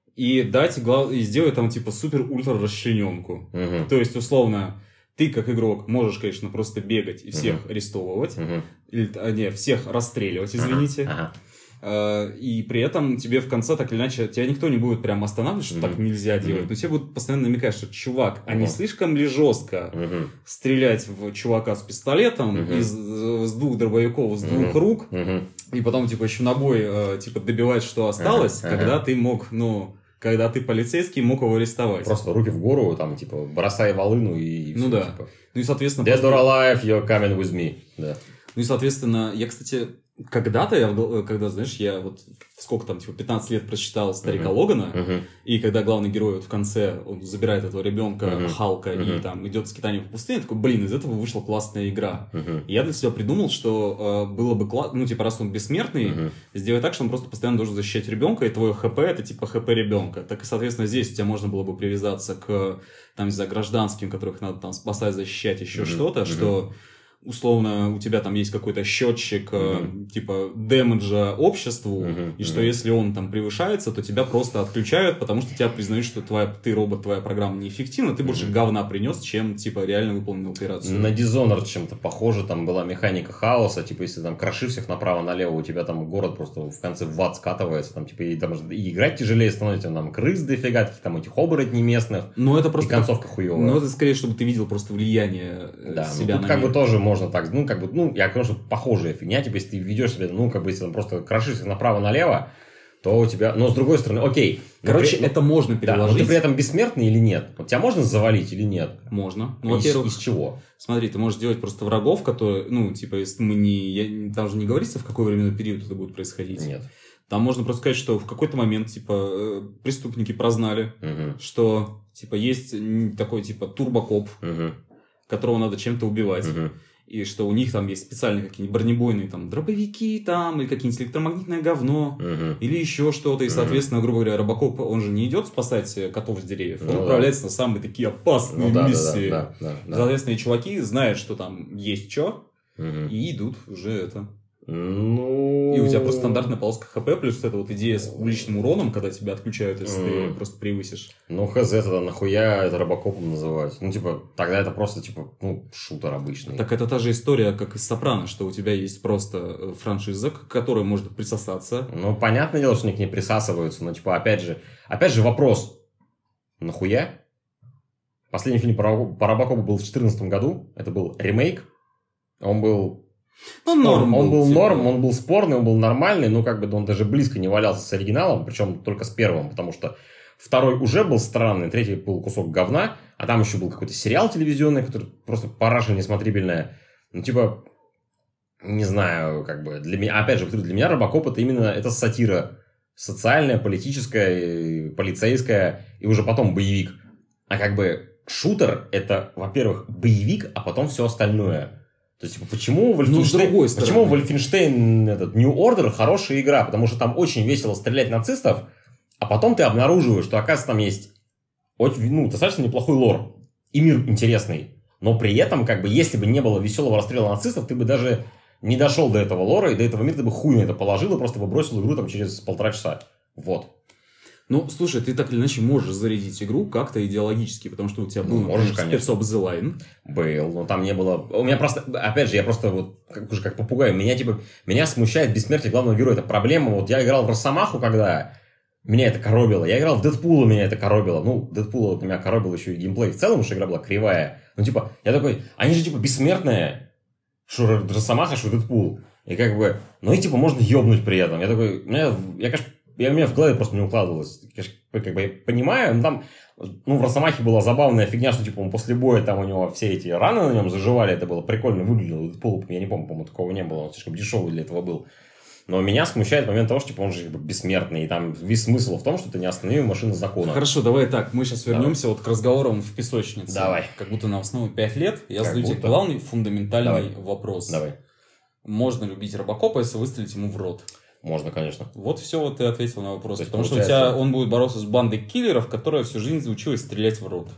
и дать, и сделать там типа супер-ультра расчлененку. Угу. То есть, условно, ты как игрок можешь, конечно, просто бегать и всех угу. арестовывать, угу. или, не, всех расстреливать, извините. Ага. Ага. И при этом тебе в конце, так или иначе, тебя никто не будет прям останавливать, что mm-hmm. так нельзя делать. Mm-hmm. Но тебе будут постоянно намекать, что, чувак, mm-hmm. а не слишком ли жестко mm-hmm. стрелять в чувака с пистолетом mm-hmm. из, с двух дробовиков, с двух mm-hmm. рук, mm-hmm. и потом, типа, еще набой, типа, добивать, что осталось, mm-hmm. когда ты мог, ну... Когда ты полицейский, мог его арестовать. Просто руки в гору, там, типа, бросай волыну и... Ну все, да. Типа. Ну и, соответственно... Dead or alive, you're coming with me. Да. Ну и, соответственно, я, кстати, когда-то, я, когда, знаешь, я вот сколько там, типа, пятнадцать лет прочитал «Старика uh-huh. Логана», uh-huh. и когда главный герой вот в конце, он забирает этого ребенка, uh-huh. Халка, uh-huh. и там идет скитание по пустыне, я такой, блин, из этого вышла классная игра. Uh-huh. И я для себя придумал, что э, было бы классно, ну, типа, раз он бессмертный, uh-huh. сделать так, что он просто постоянно должен защищать ребенка, и твое ХП это, типа, ХП ребенка. Так и, соответственно, здесь у тебя можно было бы привязаться к, там, не знаю, гражданским, которых надо там спасать, защищать, еще uh-huh. что-то, uh-huh. что... условно, у тебя там есть какой-то счетчик, mm-hmm. э, типа, дэмэджа обществу, mm-hmm. и что mm-hmm. если он там превышается, то тебя просто отключают, потому что тебя признают, что твоя, ты робот, твоя программа неэффективна, ты больше mm-hmm. говна принес, чем, типа, реально выполнил операцию. На Dishonored чем-то похоже, там была механика хаоса, типа, если там крошишь всех направо-налево, у тебя там город просто в конце в ад скатывается, там, типа, и, там, и играть тяжелее становится, там, крыс дофига, таких там этих оборотней местных, ну, это просто и концовка как... хуевая. Ну, это скорее, чтобы ты видел просто влияние да, себя ну, тут на как мир. бы тоже можно так, ну, как бы, ну, я говорю, что похожая фигня, типа, если ты ведешь себя, ну, как бы, если там просто крошишься направо-налево, то у тебя... Но с другой стороны, окей. Короче, при... это можно переложить. Да, но ты при этом бессмертный или нет? Вот тебя можно завалить или нет? Можно. Ну, во-первых... Из, из чего? Смотри, ты можешь делать просто врагов, которые... Ну, типа, если мы не... Я... Там же не говорится, в какой временной период это будет происходить. Нет. Там можно просто сказать, что в какой-то момент, типа, преступники прознали, угу. что, типа, есть такой, типа, турбокоп, угу. которого надо чем-то убивать. Угу. И что у них там есть специальные какие-нибудь бронебойные там дробовики там, или какие-нибудь электромагнитное говно, угу. или еще что-то. И, соответственно, грубо говоря, Робокоп, он же не идет спасать котов с деревьев, он ну, отправляется да. на самые такие опасные ну, да, миссии. Да, да, да, да, соответственно, и чуваки знают, что там есть что, угу. и идут уже это... Ну... И у тебя просто стандартная полоска ХП, плюс эта вот идея с публичным уроном, когда тебя отключают, если mm. ты просто превысишь. Ну, хз, тогда нахуя это робокопом называть? Ну, типа, тогда это просто, типа, ну, шутер обычный. Так это та же история, как из Сопрано, что у тебя есть просто франшиза, к которой можно присосаться. Ну, понятное дело, что они к ней присасываются, но, типа, опять же, опять же вопрос, нахуя? Последний фильм по Робокопу был в две тысячи четырнадцатом году, это был ремейк, он был... Он норм Он был типа... норм, он был спорный, он был нормальный, но как бы он даже близко не валялся с оригиналом, причем только с первым, потому что второй уже был странный, третий был кусок говна, а там еще был какой-то сериал телевизионный, который просто параша несмотрибельная. Ну, типа, не знаю, как бы, для меня, опять же, для меня Робокоп это именно, это сатира социальная, политическая, полицейская, и уже потом боевик. А как бы шутер это, во-первых, боевик, а потом все остальное. То есть, типа, почему Вольфенштейн, ну, почему Вольфенштейн этот, New Order хорошая игра? Потому что там очень весело стрелять нацистов, а потом ты обнаруживаешь, что, оказывается, там есть очень, ну, достаточно неплохой лор. И мир интересный. Но при этом, как бы, если бы не было веселого расстрела нацистов, ты бы даже не дошел до этого лора, и до этого мира ты бы хуй на это положил, и просто бы бросил игру там через полтора часа. Вот. Ну, слушай, ты так или иначе можешь зарядить игру как-то идеологически, потому что у тебя был, ну, можешь, например, Spirits of the Line. Был, но там не было... У меня просто, опять же, я просто вот, как, уже как попугай, меня, типа, меня смущает бессмертие главного героя. Это проблема. Вот я играл в Росомаху, когда меня это коробило. Я играл в Дэдпула, меня это коробило. Ну, Дэдпула вот меня коробил еще и геймплей в целом, потому что игра была кривая. Ну, типа, я такой, они же, типа, бессмертные. Что Росомаха, что Дэдпул. И как бы, ну и, типа, можно ебнуть при этом. Я такой, меня, я, конечно, Я, у меня в голове просто не укладывалось. Я как бы я понимаю, ну, там, ну, в Росомахе была забавная фигня, что, типа, он после боя, там, у него все эти раны на нем заживали, это было прикольно выглядело. Пол, я не помню, по-моему, такого не было, он слишком дешевый для этого был. Но меня смущает момент того, что, типа, он же типа, бессмертный, и там весь смысл в том, что ты не остановил машину закона. Хорошо, давай так, мы сейчас вернемся давай. вот к разговорам в песочнице. Давай. Как будто нам снова пять лет. Я как задаю будто. тебе главный фундаментальный давай. вопрос. Давай. Можно любить Робокопа, если выстрелить ему в рот? Можно, конечно. Вот все, вот ты ответил на вопрос. То есть, потому получается... что у тебя он будет бороться с бандой киллеров, которая всю жизнь училась стрелять в рот.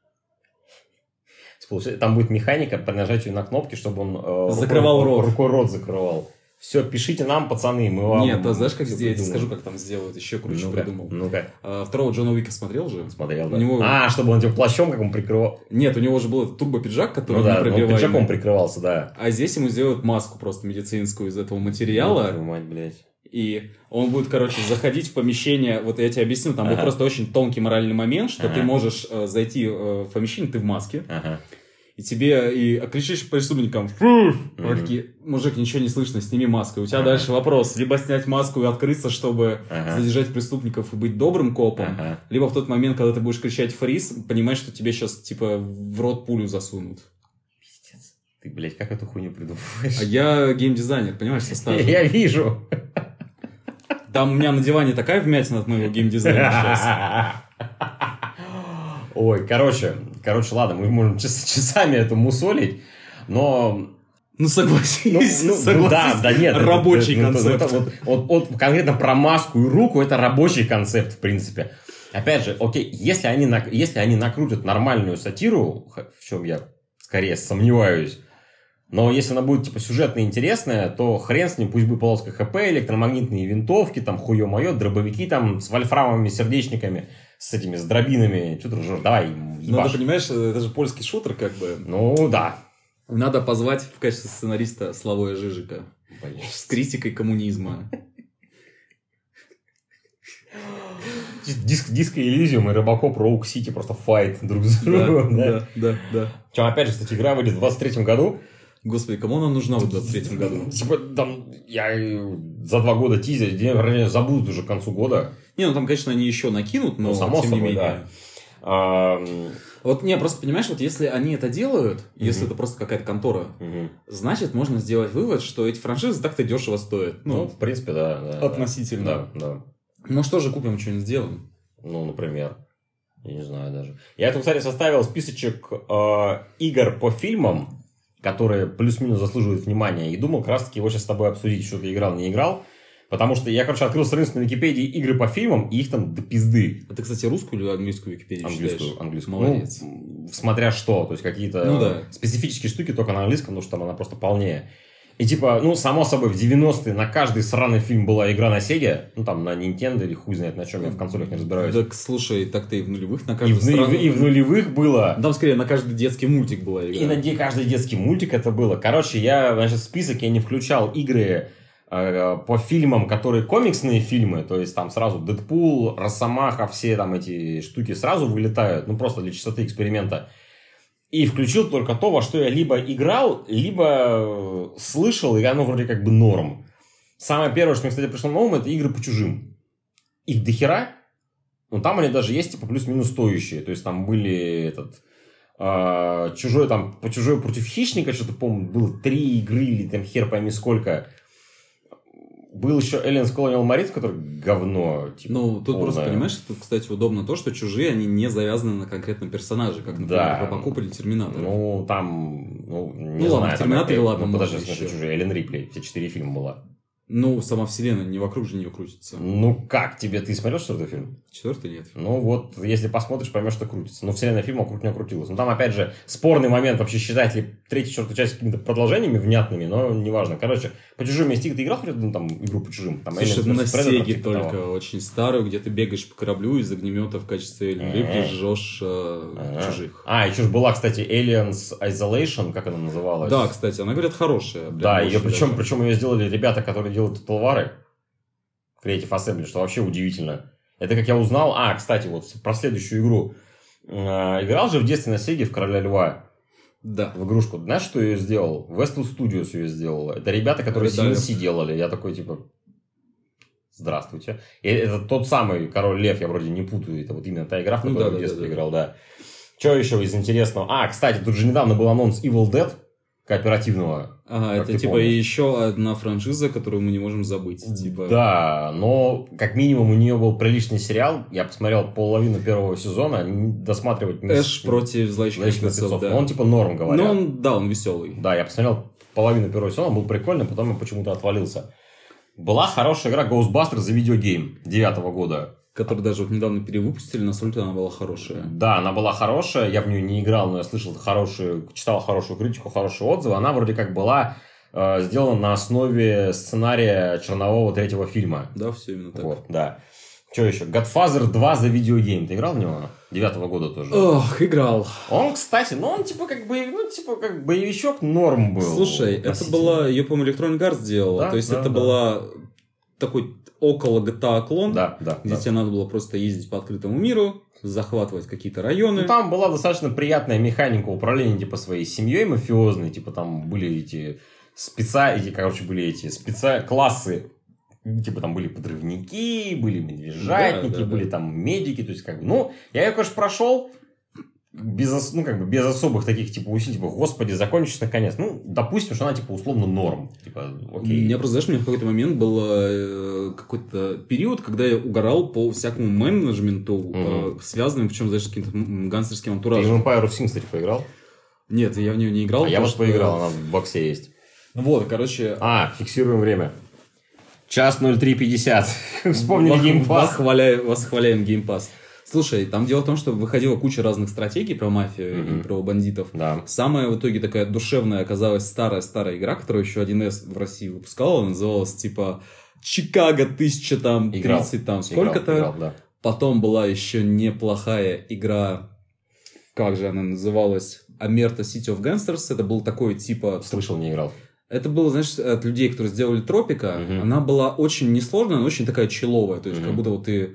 Там будет механика при нажатии на кнопки, чтобы он э, закрывал рукой, рот. рукой рот закрывал. Все, пишите нам, пацаны, мы вам... Нет, а знаешь, как сделать? Скажу, как там сделают. Еще круче ну-ка, придумал. Ну-ка. А, второго Джона Уика смотрел же? Смотрел, да. У него... А, чтобы он типа плащом как он прикрывал. Нет, у него же был этот турбопиджак, который ну, да, непробиваемый. Он пиджаком прикрывался, да. А здесь ему сделают маску просто медицинскую из этого материала. Ну, мать, блядь. И он будет, короче, заходить в помещение, вот я тебе объясню, там ага. будет просто очень тонкий моральный момент, что ага. ты можешь э, зайти э, в помещение, ты в маске, ага. и тебе и кричишь преступникам, mm-hmm. такие, мужик, ничего не слышно, сними маску. И у тебя ага. дальше вопрос, либо снять маску и открыться, чтобы ага. задержать преступников и быть добрым копом, ага. либо в тот момент, когда ты будешь кричать фриз, понимаешь, что тебе сейчас, типа, в рот пулю засунут. Пиздец. Ты, блядь, как эту хуйню придумываешь? А я геймдизайнер, понимаешь, со стажем. Я вижу. Там у меня на диване такая вмятина от моего геймдизайна сейчас. Ой, короче, короче, ладно, мы можем час, часами это мусолить, но... Ну, согласись, ну, ну, согласись. Да, да, нет. Рабочий это, концепт. Это, вот, вот, вот конкретно про маску и руку, это рабочий концепт, в принципе. Опять же, окей, если они, если они накрутят нормальную сатиру, в чем я скорее сомневаюсь, но если она будет, типа, сюжетно интересная, то хрен с ним, пусть будет полоска ХП, электромагнитные винтовки, там, хуё-моё, дробовики, там, с вольфрамовыми сердечниками, с этими, с дробинами. Что ты ржёшь? Давай, ебашь. Ну, ты понимаешь, это же польский шутер, как бы. Ну, да. Надо позвать в качестве сценариста Славоя Жижика. Блин. С критикой коммунизма. Диск, Диско Элизиум и Робокоп Роук Сити просто файт друг с другом. Да, да, да. Чем, опять же, кстати, игра выйдет в двадцать третьем году. Господи, кому она нужна в двадцать третьем году? Типа, там, я за два года тизер, день рождения забудут уже к концу года. Не, ну там, конечно, они еще накинут, но ну, само тем собой, не менее. Да. А... Вот, не, просто понимаешь, вот если они это делают, mm-hmm. если это просто какая-то контора, mm-hmm. значит, можно сделать вывод, что эти франшизы так-то дешево стоят. Ну, ну в принципе, да. да относительно. Да, да. Ну, что же купим, что-нибудь сделаем? Ну, например. Я не знаю даже. Я тут, кстати, составил списочек э, игр по фильмам, которые плюс-минус заслуживают внимания. И думал как раз-таки его сейчас с тобой обсудить, что ты играл, не играл. Потому что я, короче, открыл страницу на Википедии игры по фильмам, и их там до пизды. А ты, кстати, русскую или английскую Википедию английскую, читаешь? Английскую. Молодец. Ну, смотря что. То есть, какие-то ну, да. специфические штуки только на английском, потому что там она просто полнее. И типа, ну, само собой, в девяностые на каждый сраный фильм была игра на Сеге. Ну, там, на Nintendo или хуй знает на чем, я в консолях не разбираюсь. Так, слушай, так-то и в нулевых на каждый и в, страну... и в нулевых было. Там, скорее, на каждый детский мультик была игра. И на каждый детский мультик это было. Короче, я, значит, в список я не включал игры э, по фильмам, которые комиксные фильмы. То есть, там сразу Дэдпул, Росомаха, все там эти штуки сразу вылетают. Ну, просто для чистоты эксперимента. И включил только то, во что я либо играл, либо слышал, и оно вроде как бы норм. Самое первое, что мне, кстати, пришло на ум, это игры по чужим. Их дохера, но там они даже есть, типа, плюс-минус стоящие. То есть, там были этот... Э, чужой, там, по чужой против хищника, что-то, помню, было три игры, или там хер пойми сколько. Был еще Aliens Colonial Marines, который говно. Типа, ну, тут полное. Просто, понимаешь, тут, кстати, удобно то, что чужие, они не завязаны на конкретном персонаже, как, например, да. Робокоп или Терминатор. Ну, там, ну, не ну, знаю. ладно, Терминаторе, ладно, ну, подожди, еще. смотри, чужие. Эллен Рипли, все четыре фильма была. Ну, сама вселенная не вокруг же нее крутится. Ну, как тебе? Ты смотрел четвертый фильм? Четвертый нет. Ну, вот, если посмотришь, поймешь, что крутится. Но вселенная фильма вокруг нее крутилась. Ну, там, опять же, спорный момент, вообще считать ли третью, четвертую часть какими-то продолжениями внятными, но неважно. Короче, по чужим есть игры. Ты играл хоть одну там игру по чужим? Там, слушай, Aliens на Сеге типа только, того. очень старую, где ты бегаешь по кораблю из огнемета в качестве Рипли жжешь э, чужих. А, еще же была, кстати, Aliens Isolation, как она называлась? Да, кстати, она, говорят, хорошая. Да, ее, причем, причем ее сделали ребята, которые делают Totalware. Creative Assembly, что вообще удивительно. Это как я узнал... А, кстати, вот про следующую игру. Э, играл же в детстве на Сеге в Короля Льва. Да. В игрушку. Знаешь, что ее сделал? Westwood Studios ее сделала. Это ребята, которые си эн си делали. Я такой, типа... Здравствуйте. И это тот самый Король Лев, я вроде не путаю. Это вот именно та игра, в которую я ну, да, в детстве да, да, играл, да. Что еще из интересного? А, кстати, тут же недавно был анонс Evil Dead кооперативного. Ага, это типа помнишь. Еще одна франшиза, которую мы не можем забыть. Типа... Да, но как минимум у нее был приличный сериал. Я посмотрел половину первого сезона, досматривать не Эш против зловещих мертвецов, да. Он типа норм, говорят. Ну, он, да, он веселый. Да, я посмотрел половину первого сезона, он был прикольный, потом я почему-то отвалился. Была хорошая игра Ghostbusters за видеогейм девятого года. Которую даже вот недавно перевыпустили, насколько она была хорошая. Да, она была хорошая, я в нее не играл, но я слышал хорошую, читал хорошую критику, хорошие отзывы. Она вроде как была э, сделана на основе сценария чернового третьего фильма. Да, все именно так. Вот, да. Что еще? Godfather два за видеогейм. Ты играл в него? Девятого года тоже. Ох, играл. Он, кстати, ну он типа как боевик, ну типа как боевичок норм был. Слушай, это была, ее, по-моему, Electronic Arts сделала. Да, то есть да, это да. была такой около джи ти эй клон, да, да, где да. тебе надо было просто ездить по открытому миру, захватывать какие-то районы. Ну, там была достаточно приятная механика управления типа своей семьей мафиозной, типа там были эти спеца, эти, короче, были эти спеца классы, типа там были подрывники, были медвежатники, да, да, были да. там медики, то есть как бы, ну, я ее, конечно, прошел. Без, ну, как бы без особых таких, типа, усилий, типа, господи, закончится наконец. Ну, допустим, что она, типа, условно норм. Типа, окей. У меня просто, знаешь, у меня в какой-то момент был э, какой-то период, когда я угорал по всякому менеджменту, mm-hmm. э, связанным, причем, знаешь, с каким-то гангстерским антуражем. Ты в Empire of Sin, кстати, поиграл? Нет, я в нее не играл. А я вот что... поиграл, она в боксе есть. Вот, короче... А, фиксируем время. Час ноль три пятьдесят. Вспомнили геймпас. Восхваляем, восхваляем геймпас. Слушай, там дело в том, что выходила куча разных стратегий про мафию mm-hmm. и про бандитов. Да. Самая в итоге такая душевная оказалась старая-старая игра, которую еще один эс в России выпускала. Она называлась типа Чикаго тысяча там тридцать там сколько-то. Играл, играл, да. Потом была еще неплохая игра, как же она называлась? Амерта City of Gangsters. Это был такой типа... Слышал, не играл. Это было, знаешь, от людей, которые сделали Тропика. Mm-hmm. Она была очень несложная, но очень такая человая. То есть, mm-hmm. как будто вот ты...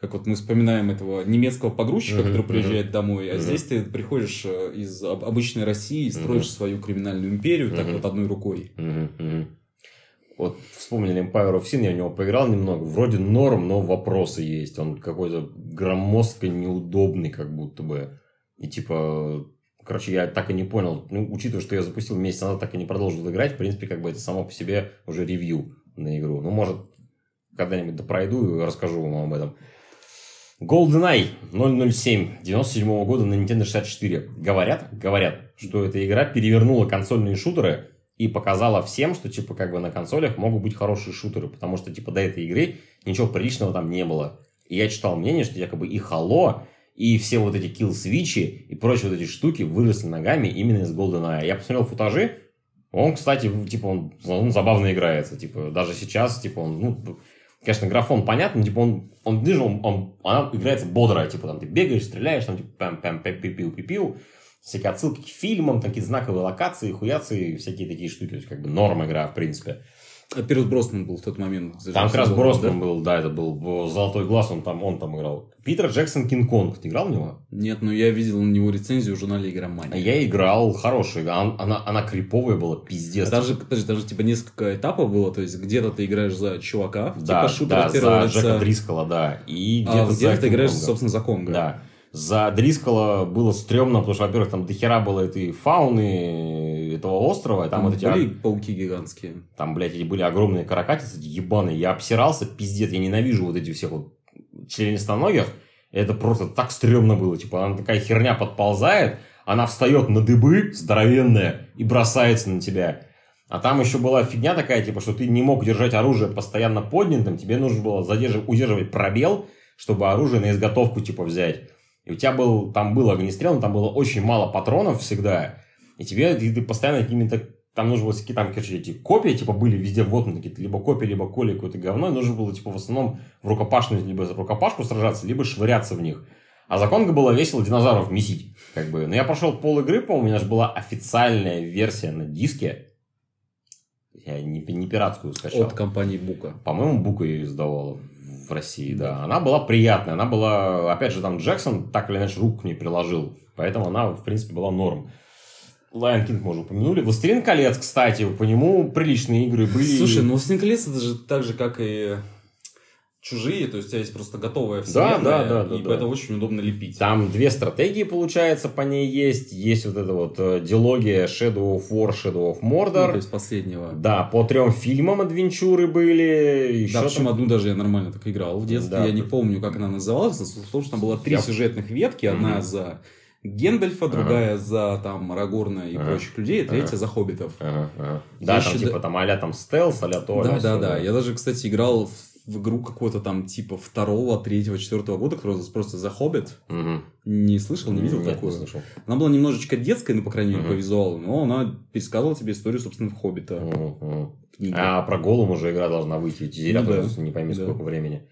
как вот мы вспоминаем этого немецкого погрузчика, Mm-hmm. который приезжает домой, а Mm-hmm. здесь ты приходишь из обычной России и строишь mm-hmm. свою криминальную империю так mm-hmm. вот одной рукой. Mm-hmm. Вот вспомнили Empire of Sin, я в него поиграл немного. Вроде норм, но вопросы есть. Он какой-то громоздко неудобный, как будто бы. И типа... Короче, я так и не понял. Ну, учитывая, что я запустил месяц назад, так и не продолжил играть. В принципе, как бы это само по себе уже ревью на игру. Ну, может, когда-нибудь допройду и расскажу вам об этом. GoldenEye ноль ноль семь девяносто седьмого года на Nintendo шестьдесят четыре. Говорят, говорят, что эта игра перевернула консольные шутеры и показала всем, что, типа, как бы на консолях могут быть хорошие шутеры, потому что, типа, до этой игры ничего приличного там не было. И я читал мнение, что якобы и Halo, и все вот эти килл-свитчи и прочие вот эти штуки выросли ногами именно из GoldenEye. Я посмотрел футажи, он, кстати, типа, он, он забавно играется, типа, даже сейчас, типа, он, ну, конечно, графон понятно, но, типа, он, он, он, он, она играется бодро, типа, там, ты бегаешь, стреляешь, там, типа, пам-пам-пиу-пиу-пиу, всякие отсылки к фильмам, такие знаковые локации, хуяции, всякие такие штуки. То есть, как бы, норм игра, в принципе. А Пирс Броснан был в тот момент. Там как раз Броснан да? был, да, это был «Золотой глаз», он там, он там играл. Питер Джексон Кинг-Конг. Ты играл в него? Нет, но я видел на него рецензию в журнале «Игромания». Я играл, хорошая игра. Она, она, она криповая была, пиздец. А даже, подожди, даже, типа, несколько этапов было, то есть, где-то ты играешь за чувака, да, типа, шутер да, от первого за лица. Джека Дрискала, да. И а где-то, где-то ты играешь, Кинг-Конга. собственно, за Конга. Да. За Дрискала было стрёмно, потому что, во-первых, там дохера было этой фауны этого острова. Там, там вот эти были пауки гигантские. Там, блядь, эти были огромные каракатицы, эти ебаные. Я обсирался, пиздец, я ненавижу вот эти всех вот членистоногих. Это просто так стрёмно было. Типа, она такая херня подползает, она встает на дыбы, здоровенная, и бросается на тебя. А там еще была фигня такая, типа, что ты не мог держать оружие постоянно поднятым, тебе нужно было задерживать, удерживать пробел, чтобы оружие на изготовку, типа, взять. И у тебя был, там был огнестрел, но там было очень мало патронов всегда. И тебе, ты, ты постоянно какими-то, там нужно было какие-то, там, короче, эти копии, типа, были везде воткнуты, какие-то либо копии, либо коли, какое-то говно. И нужно было, типа, в основном в рукопашную, либо за рукопашку сражаться, либо швыряться в них. А за Конго было весело динозавров месить, как бы. Но я прошел пол игры, по-моему, у меня же была официальная версия на диске. Я не, не пиратскую скачал. От компании Бука. По-моему, Бука ее издавала в России, да. Она была приятная. Она была, опять же, там Джексон так или иначе руку к ней приложил. Поэтому она, в принципе, была норм. Lion King мы уже упомянули. «Властелин колец», кстати, по нему приличные игры были. Слушай, ну «Властелин колец» это же так же, как и «Чужие», то есть у тебя есть просто готовая вселенная, да, да, да, и да, поэтому да. очень удобно лепить. Там две стратегии, получается, по ней есть. Есть вот эта вот дилогия Shadow of War, Shadow of Mordor. Ну, то есть последнего. Да, по трем фильмам адвенчуры были. Еще да, причем там... одну даже я нормально так играл в детстве. Да. Я не помню, как она называлась, потому что там было три я... сюжетных ветки. Одна mm-hmm. за Гендальфа, другая ага. за там Арагорна и ага. прочих людей, а третья ага. за хоббитов. Ага. Ага. Да, там типа там а-ля там стелс, а-ля то, да, а-ля да, все, да, да. Я даже, кстати, играл в в игру какого-то там типа второго, третьего, четвертого года, которая просто за Хоббит. Угу. Не слышал, не видел Нет, такую? Не слышал. Она была немножечко детская, ну, по крайней мере, угу. по визуалу, но она пересказывала тебе историю, собственно, Хоббита. Угу. А про Голлум уже игра должна выйти. Зря ну, да. не пойми, да. сколько времени.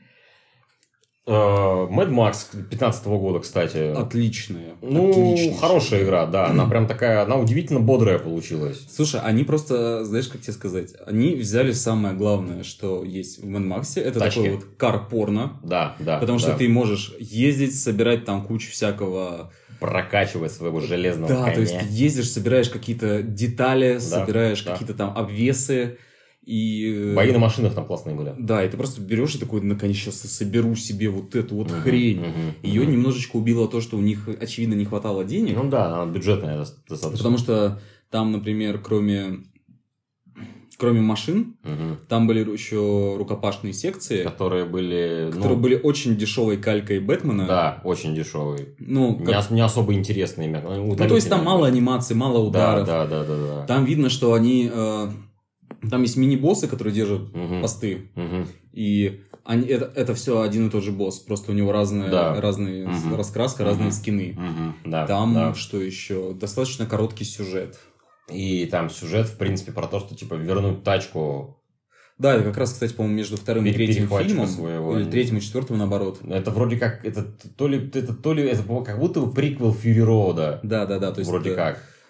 Mad Max пятнадцатого года, кстати. Отличная. Ну, хорошая игра, да. Она прям такая, она удивительно бодрая получилась. Слушай, они просто, знаешь, как тебе сказать, они взяли самое главное, что есть в Mad Max, это Тачки. такой вот кар-порно. Да, да. Потому да. что ты можешь ездить, собирать там кучу всякого... Прокачивать своего железного да, коня. То есть ты ездишь, собираешь какие-то детали, да, собираешь да. какие-то там обвесы. И... Бои на машинах там классные были. Да, и ты просто берешь и такой, наконец, сейчас соберу себе вот эту вот uh-huh, хрень. Uh-huh, Ее uh-huh. немножечко убило то, что у них, очевидно, не хватало денег. Ну да, она бюджетная достаточно. Потому что там, например, кроме, кроме машин, uh-huh. там были еще рукопашные секции. Которые были... Которые ну... были очень дешевой калькой Бэтмена. Да, очень дешевые. Ну, как... не, ос- не особо интересные. Ну, то есть там мало анимации, мало ударов. Да, да, да, да, да. Там видно, что они... Э... Там есть мини-боссы, которые держат uh-huh. посты. Uh-huh. И они, это, это все один и тот же босс. Просто у него разная, да. разные uh-huh. раскраска, uh-huh. разные скины. Uh-huh. Да, там, да. что еще? Достаточно короткий сюжет. И там сюжет, в принципе, про то, что, типа, вернуть тачку. Да, это как раз, кстати, по-моему, между вторым и третьим фильмом. Своего. Или третьим и четвертым, наоборот. Это вроде как... Это то ли... Это то ли... Это как будто бы приквел Фьюри Роуда. Да, да, да. То есть вроде это... как.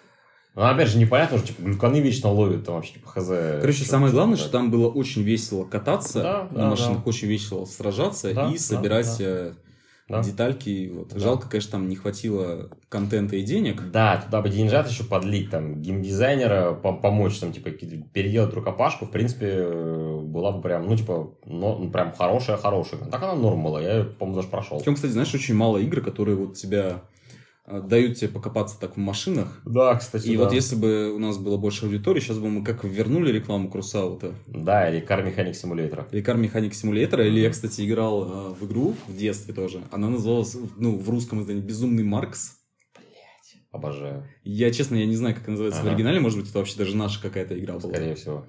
Ну, опять же, непонятно, что, типа, глюканы вечно ловят, там вообще, типа, хз. Короче, самое главное, что там было очень весело кататься да, на да, машинах, да. очень весело сражаться Да, и собирать да, да. детальки. Вот. Да. Жалко, конечно, там не хватило контента и денег. Да, туда бы деньжат еще подлить, там, геймдизайнера помочь, там, типа, переделать рукопашку, в принципе, была бы прям, ну, типа, ну, прям хорошая-хорошая. Так она норм была, я, по-моему, даже прошел. Причем, кстати, знаешь, очень мало игр, которые вот тебя дают тебе покопаться так в машинах. Да, кстати, И да. вот если бы у нас было больше аудитории, сейчас бы мы как вернули рекламу Крусаута. Да, или Car Mechanic Simulator. Или Car Mechanic Simulator. Mm-hmm. Или я, кстати, играл э, в игру в детстве тоже. Она называлась, ну, в русском издании «Безумный Маркс». Блять, обожаю. Я, честно, я не знаю, как она называется ага. в оригинале. Может быть, это вообще даже наша какая-то игра была. Скорее всего.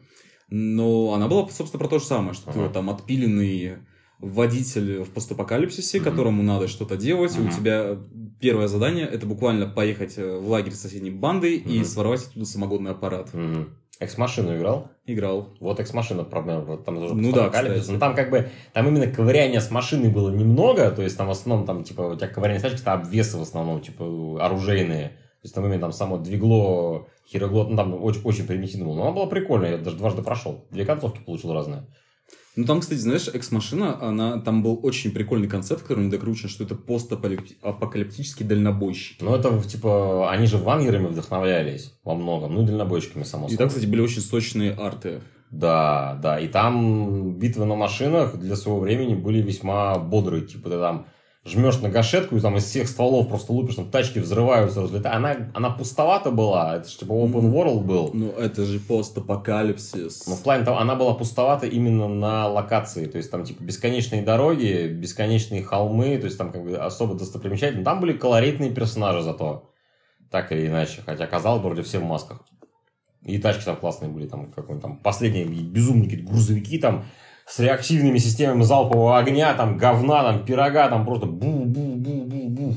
Но она была, собственно, про то же самое, что ага. ты там отпиленный водитель в постапокалипсисе, mm-hmm. которому надо что-то делать, mm-hmm. и у тебя первое задание — это буквально поехать в лагерь соседней банды mm-hmm. и своровать оттуда самогонный аппарат. Mm-hmm. Экс-машину играл? Играл. Вот экс-машина, проблема, вот там тоже ну да, кстати. Но там как бы, там именно ковыряния с машиной было немного, то есть там в основном, там, типа, у тебя ковыряние, знаешь, это обвесы в основном, типа, оружейные. То есть там именно там само двигло, хироглот, ну там очень, очень примитивно было. Но она была прикольная, я даже дважды прошел. Две концовки получил разные. Ну, там, кстати, знаешь, экс-машина, она, там был очень прикольный концепт, который не докручен, что это постапокалиптический дальнобойщик. Ну, это, типа, они же вангерами вдохновлялись во многом, ну, и дальнобойщиками, само собой. И там, кстати, были очень сочные арты. Да, да, и там битвы на машинах для своего времени были весьма бодрые, типа, ты там жмешь на гашетку и там из всех стволов просто лупишь, там тачки взрываются, разлетают. Она, она пустовата была, это же типа open world был. Ну, это же постапокалипсис. Но в плане того, она была пустовата именно на локации, то есть там типа бесконечные дороги, бесконечные холмы, то есть там как бы особо достопримечательно. Там были колоритные персонажи зато, так или иначе, хотя казалось бы, вроде все в масках. И тачки там классные были, там какой-нибудь там последние безумные какие-то грузовики там, с реактивными системами залпового огня, там, говна, там, пирога, там, просто бу-бу-бу-бу-бу.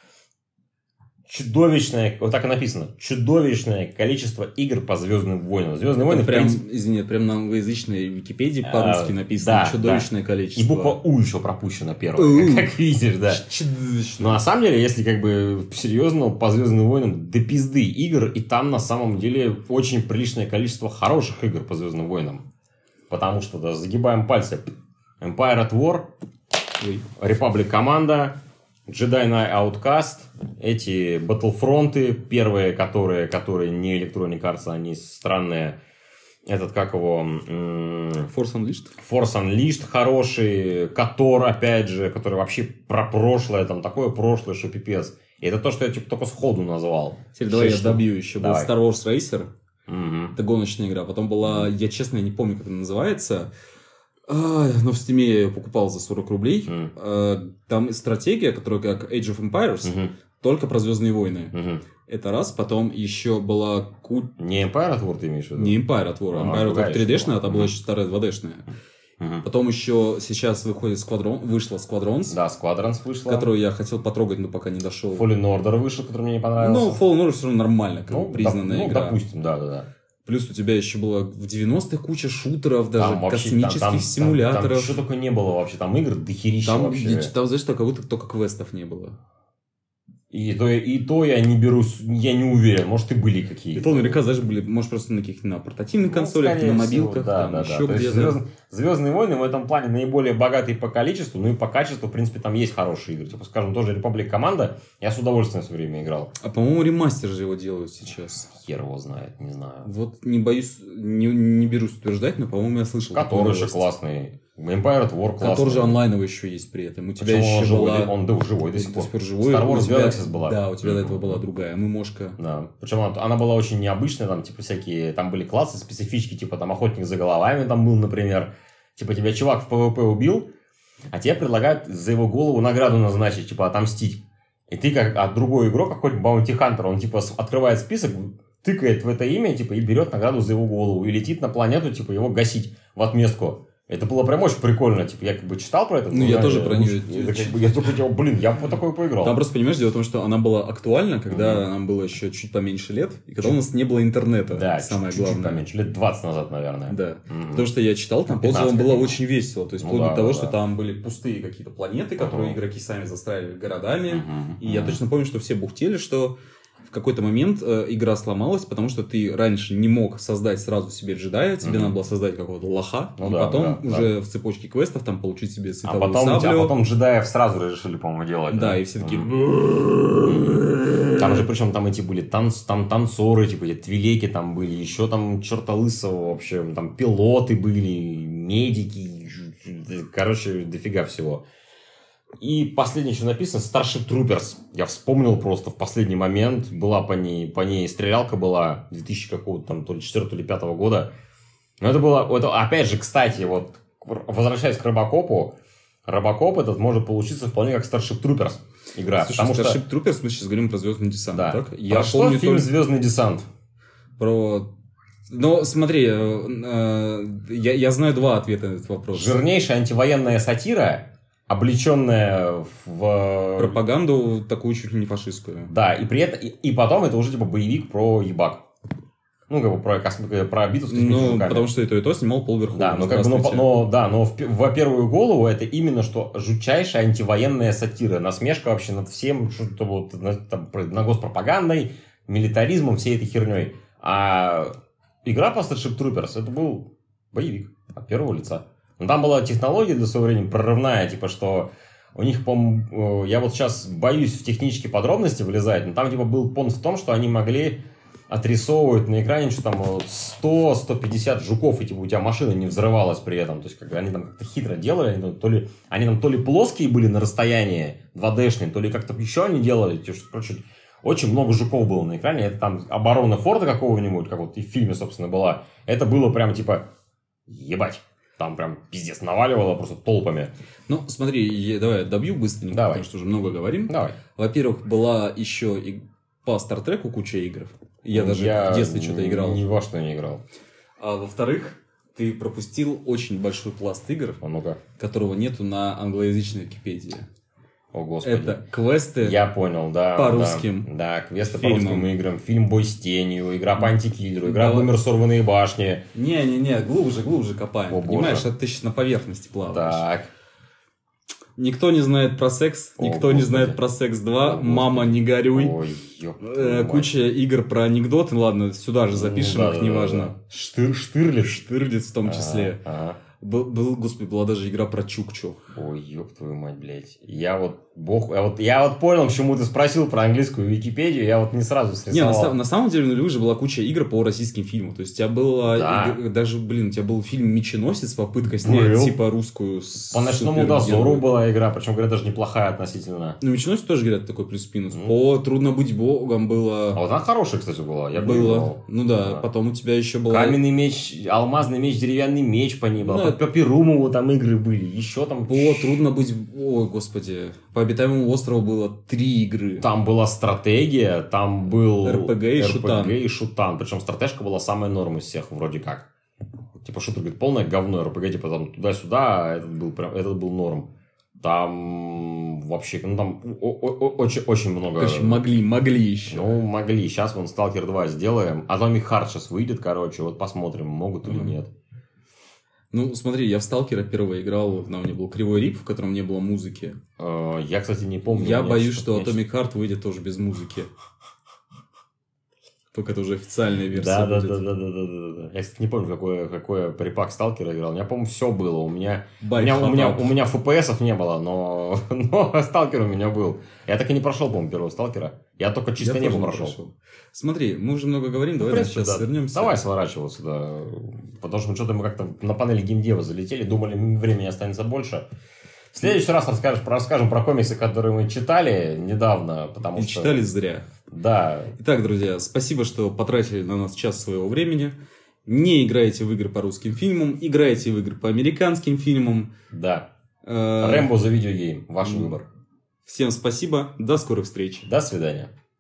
Чудовищное, вот так и написано, чудовищное количество игр по Звездным войнам. Звездные войны, прям, в принципе... Извини, прям на англоязычной Википедии по-русски написано да, чудовищное да. количество. И буква У еще пропущена первая, как, как видишь, да. Но на самом деле, если как бы серьезно, по Звездным войнам до пизды игр, и там на самом деле очень приличное количество хороших игр по Звездным войнам. Потому что, да, загибаем пальцы. Empire at War, Ой. Republic Commando, Jedi Knight Outcast, эти Battlefront'ы, первые, которые, которые не Electronic Arts, они странные. Этот, как его... Force Unleashed. Force Unleashed хороший, Котор, опять же, который вообще про прошлое, там такое прошлое, что пипец. И это то, что я типа только сходу назвал. Теперь давай я добью еще. Был Star Wars Racer. Угу. Это гоночная игра. Потом была, я честно не помню, как она называется, а, но в Steam я ее покупал за сорок рублей. Mm. А, там стратегия, которая как Age of Empires, mm-hmm. только про Звездные войны. Mm-hmm. Это раз. Потом еще была... Ку... Не Empire at War ты имеешь в виду? Не Empire at War. А, Empire at War три дэ-шная, а там mm-hmm. была еще старая два дэ-шная. Uh-huh. Потом еще сейчас выходит Squadron, вышла Squadrons. Да, Squadrons вышла. Которую я хотел потрогать, но пока не дошел. Fallen Order вышел, который мне не понравился. Ну, Fallen Order все равно нормально, как ну, признанная доп, игра. Ну, допустим, да, да, да. Плюс у тебя еще было в девяностых куча шутеров, даже там вообще, космических там, там, симуляторов. Там, там что только не было вообще, там игр дохерища там, вообще. Там, знаешь, как будто только квестов не было. И то, и то я не берусь, я не уверен, может и были какие-то. И то наверняка, знаешь, были, может, просто на каких-то на портативных ну, консолях, на мобилках, да, там да, еще да. где-то. Звезд... Звездные войны в этом плане наиболее богатые по количеству, ну и по качеству, в принципе, там есть хорошие игры. Типа, скажем, тоже Republic Commando, я с удовольствием в свое время играл. А по-моему, ремастер же его делают сейчас. Хер его знает, не знаю. Вот не боюсь, не, не берусь утверждать, но, по-моему, я слышал. Который еще классный. Empire at War классный. Который же онлайновый еще есть при этом. У тебя Почему еще он живой, была... он да, живой до сих пор. До сих пор живой. Star Wars тебя... Galaxies была. Да, у тебя mm-hmm. до этого была другая, ММОшка. Да. Причем она, она была очень необычная, там, типа, всякие, там были классы специфические, типа, там, охотник за головами там был, например. Типа, тебя чувак в пэ вэ пэ убил, а тебе предлагают за его голову награду назначить, типа, отомстить. И ты, как а другой игрок, какой-нибудь Bounty Hunter, он, типа, открывает список, тыкает в это имя, типа, и берет награду за его голову. И летит на планету, типа, его гасить в отместку. Это было прям очень прикольно. Типа, я как бы читал про это. Ну, я тоже про нее. Я, как бы, я только типа, блин, я бы такое поиграл. Там просто, понимаешь, дело в том, что она была актуальна, когда mm-hmm. нам было еще чуть поменьше лет, и когда чуть... у нас не было интернета. Да, самое чуть-чуть главное. поменьше. Лет двадцать назад, наверное. Да. Mm-hmm. Потому что я читал, там по отзывам было очень весело. То есть, ну, вплоть да, до того, да, что да. там были пустые какие-то планеты, которые uh-huh. игроки сами застраивали городами. Uh-huh. И я точно помню, что все бухтели, что в какой-то момент э, игра сломалась, потому что ты раньше не мог создать сразу себе джедая, тебе mm-hmm. надо было создать какого-то лоха, ну, и да, потом да, уже да. в цепочке квестов там получить себе световую а потом, саблю. А потом джедаев сразу решили, по-моему, делать. Да, да? И все такие... Mm-hmm. Там же, причем, там эти были танц, там танцоры, типа, эти твилеки там были, еще там черта лысого, в общем, там пилоты были, медики, короче, дофига всего. И последнее, что написано, Starship Troopers. Я вспомнил просто в последний момент. Была по ней, по ней стрелялка была две тысячи какого-то там, то ли четвёртого, то ли пятого года. Но это было, это, опять же, кстати, вот, возвращаясь к Робокопу, Робокоп этот может получиться вполне как Starship Troopers игра. Слушай, Starship что... Troopers, мы сейчас говорим про Звездный десант, да. так? Я про помню что фильм только... Звездный десант? Про... Ну, смотри, э, э, я, я знаю два ответа на этот вопрос. Жирнейшая антивоенная сатира, облеченная в... пропаганду такую чуть ли не фашистскую. Да, и при этом, и, и потом это уже типа боевик про ебак. Ну, как бы про, про битву с космическими Ну, жуками. потому что и то, и то снимал Пол Верховен. Да, но, как бы, но, но, да, но в, в первую голову это именно что жутчайшая антивоенная сатира. Насмешка вообще над всем, что-то вот, на, там, на госпропагандой, милитаризмом, всей этой херней. А игра по Starship Troopers это был боевик от первого лица. Но там была технология для своего времени прорывная, типа, что у них, по-моему, я вот сейчас боюсь в технические подробности влезать, но там, типа, был понт в том, что они могли отрисовывать на экране, что там сто - сто пятьдесят жуков, и, типа, у тебя машина не взрывалась при этом. То есть, как они там как-то хитро делали, они, то ли, они там то ли плоские были на расстоянии два дэ-шные, то ли как-то еще они делали, то есть, короче, очень много жуков было на экране. Это там оборона форта какого-нибудь, как вот и в фильме, собственно, была. Это было прям, типа, ебать. Там прям пиздец наваливало просто толпами. Ну, смотри, я, давай добью быстренько, давай. Потому что уже много говорим. Давай. Во-первых, была еще и по Стартреку куча игр. Я даже я в детстве что-то играл. Ни во что не играл. А во-вторых, ты пропустил очень большой пласт игр, а ну-ка. которого нету на англоязычной Википедии. О, Господи. Это квесты Я понял, да, по да, русским Да, квесты фильмам. по русским играм. Фильм «Бой с тенью», игра по антикиллеру, игра «Бумер. Сорванные башни». Не-не-не, глубже, глубже копаем. О, Понимаешь, боже. это ты сейчас на поверхности плаваешь. Так. Никто не знает про секс, О, никто Господи. не знает про секс два, О, мама, не горюй. Ой, ёп Э, куча игр про анекдоты, ладно, сюда же запишем ну, их, да, неважно. Да, да. Штыр, Штырлиц. Штырлиц в том числе. А, а. Был, был, господи, была даже игра про Чукчу. Ой, ёб твою мать, блядь. Я вот, бог, я вот, я вот понял, к чему ты спросил про английскую Википедию, я вот не сразу срисовал. Не, на, на самом деле, ну, же была куча игр по российским фильмам. То есть, у тебя было, да. иг... даже, блин, у тебя был фильм «Меченосец», попытка снять, был. типа, русскую. По «Ночному дозору» была игра, причем, говорят, даже неплохая относительно. Ну, «Меченосец» тоже, говорят, такой плюс-минус. Mm. По «Трудно быть богом» было... А вот она хорошая, кстати, была. Я было. Ну да, да, потом у тебя еще была... Каменный меч, алмазный меч, деревянный меч по ней был. Ну, по Перумову там игры были, еще там... По «Трудно быть... Ой, господи. По «Обитаемому острову» было три игры. Там была стратегия, там был... эр пи джи и эр пи джи шутан. и шутан. Причем стратежка была самая норм из всех, вроде как. Типа шутер, говорит, полное говно, эр пи джи, типа там туда-сюда, а этот был, прям, этот был норм. Там вообще, ну там очень-очень много... Короче, могли, могли еще. Ну, могли. Сейчас вон Сталкер два сделаем. Atomic Heart сейчас выйдет, короче, вот посмотрим, могут или нет. Ну, смотри, я в Сталкера первого играл, на у меня был кривой рип, в котором не было музыки. Я, кстати, не помню. Я боюсь, что Atomic Heart выйдет тоже без музыки. Только это уже официальная версия да, будет. Да, да, да, да, да, да. Я, кстати, не помню, какое, какое припак Сталкера играл. У меня, по-моему, все было. У меня, у меня, у меня, у меня эф пи эсов не было, но, но Сталкер у меня был. Я так и не прошел, по-моему, первого Сталкера. Я только чисто небо прошел. прошел. Смотри, мы уже много говорим, давай ну, принципе, сейчас да. свернемся. Давай сворачиваться, да. Потому что что-то мы как-то на панели геймдева залетели, думали, времени останется больше. В следующий раз расскажешь, расскажем про комиксы, которые мы читали недавно, потому И что... читали зря. Да. Итак, друзья, спасибо, что потратили на нас час своего времени. Не играйте в игры по русским фильмам, играйте в игры по американским фильмам. Да. Рэмбо за видеогейм. Ваш выбор. Всем спасибо. До скорых встреч. До свидания.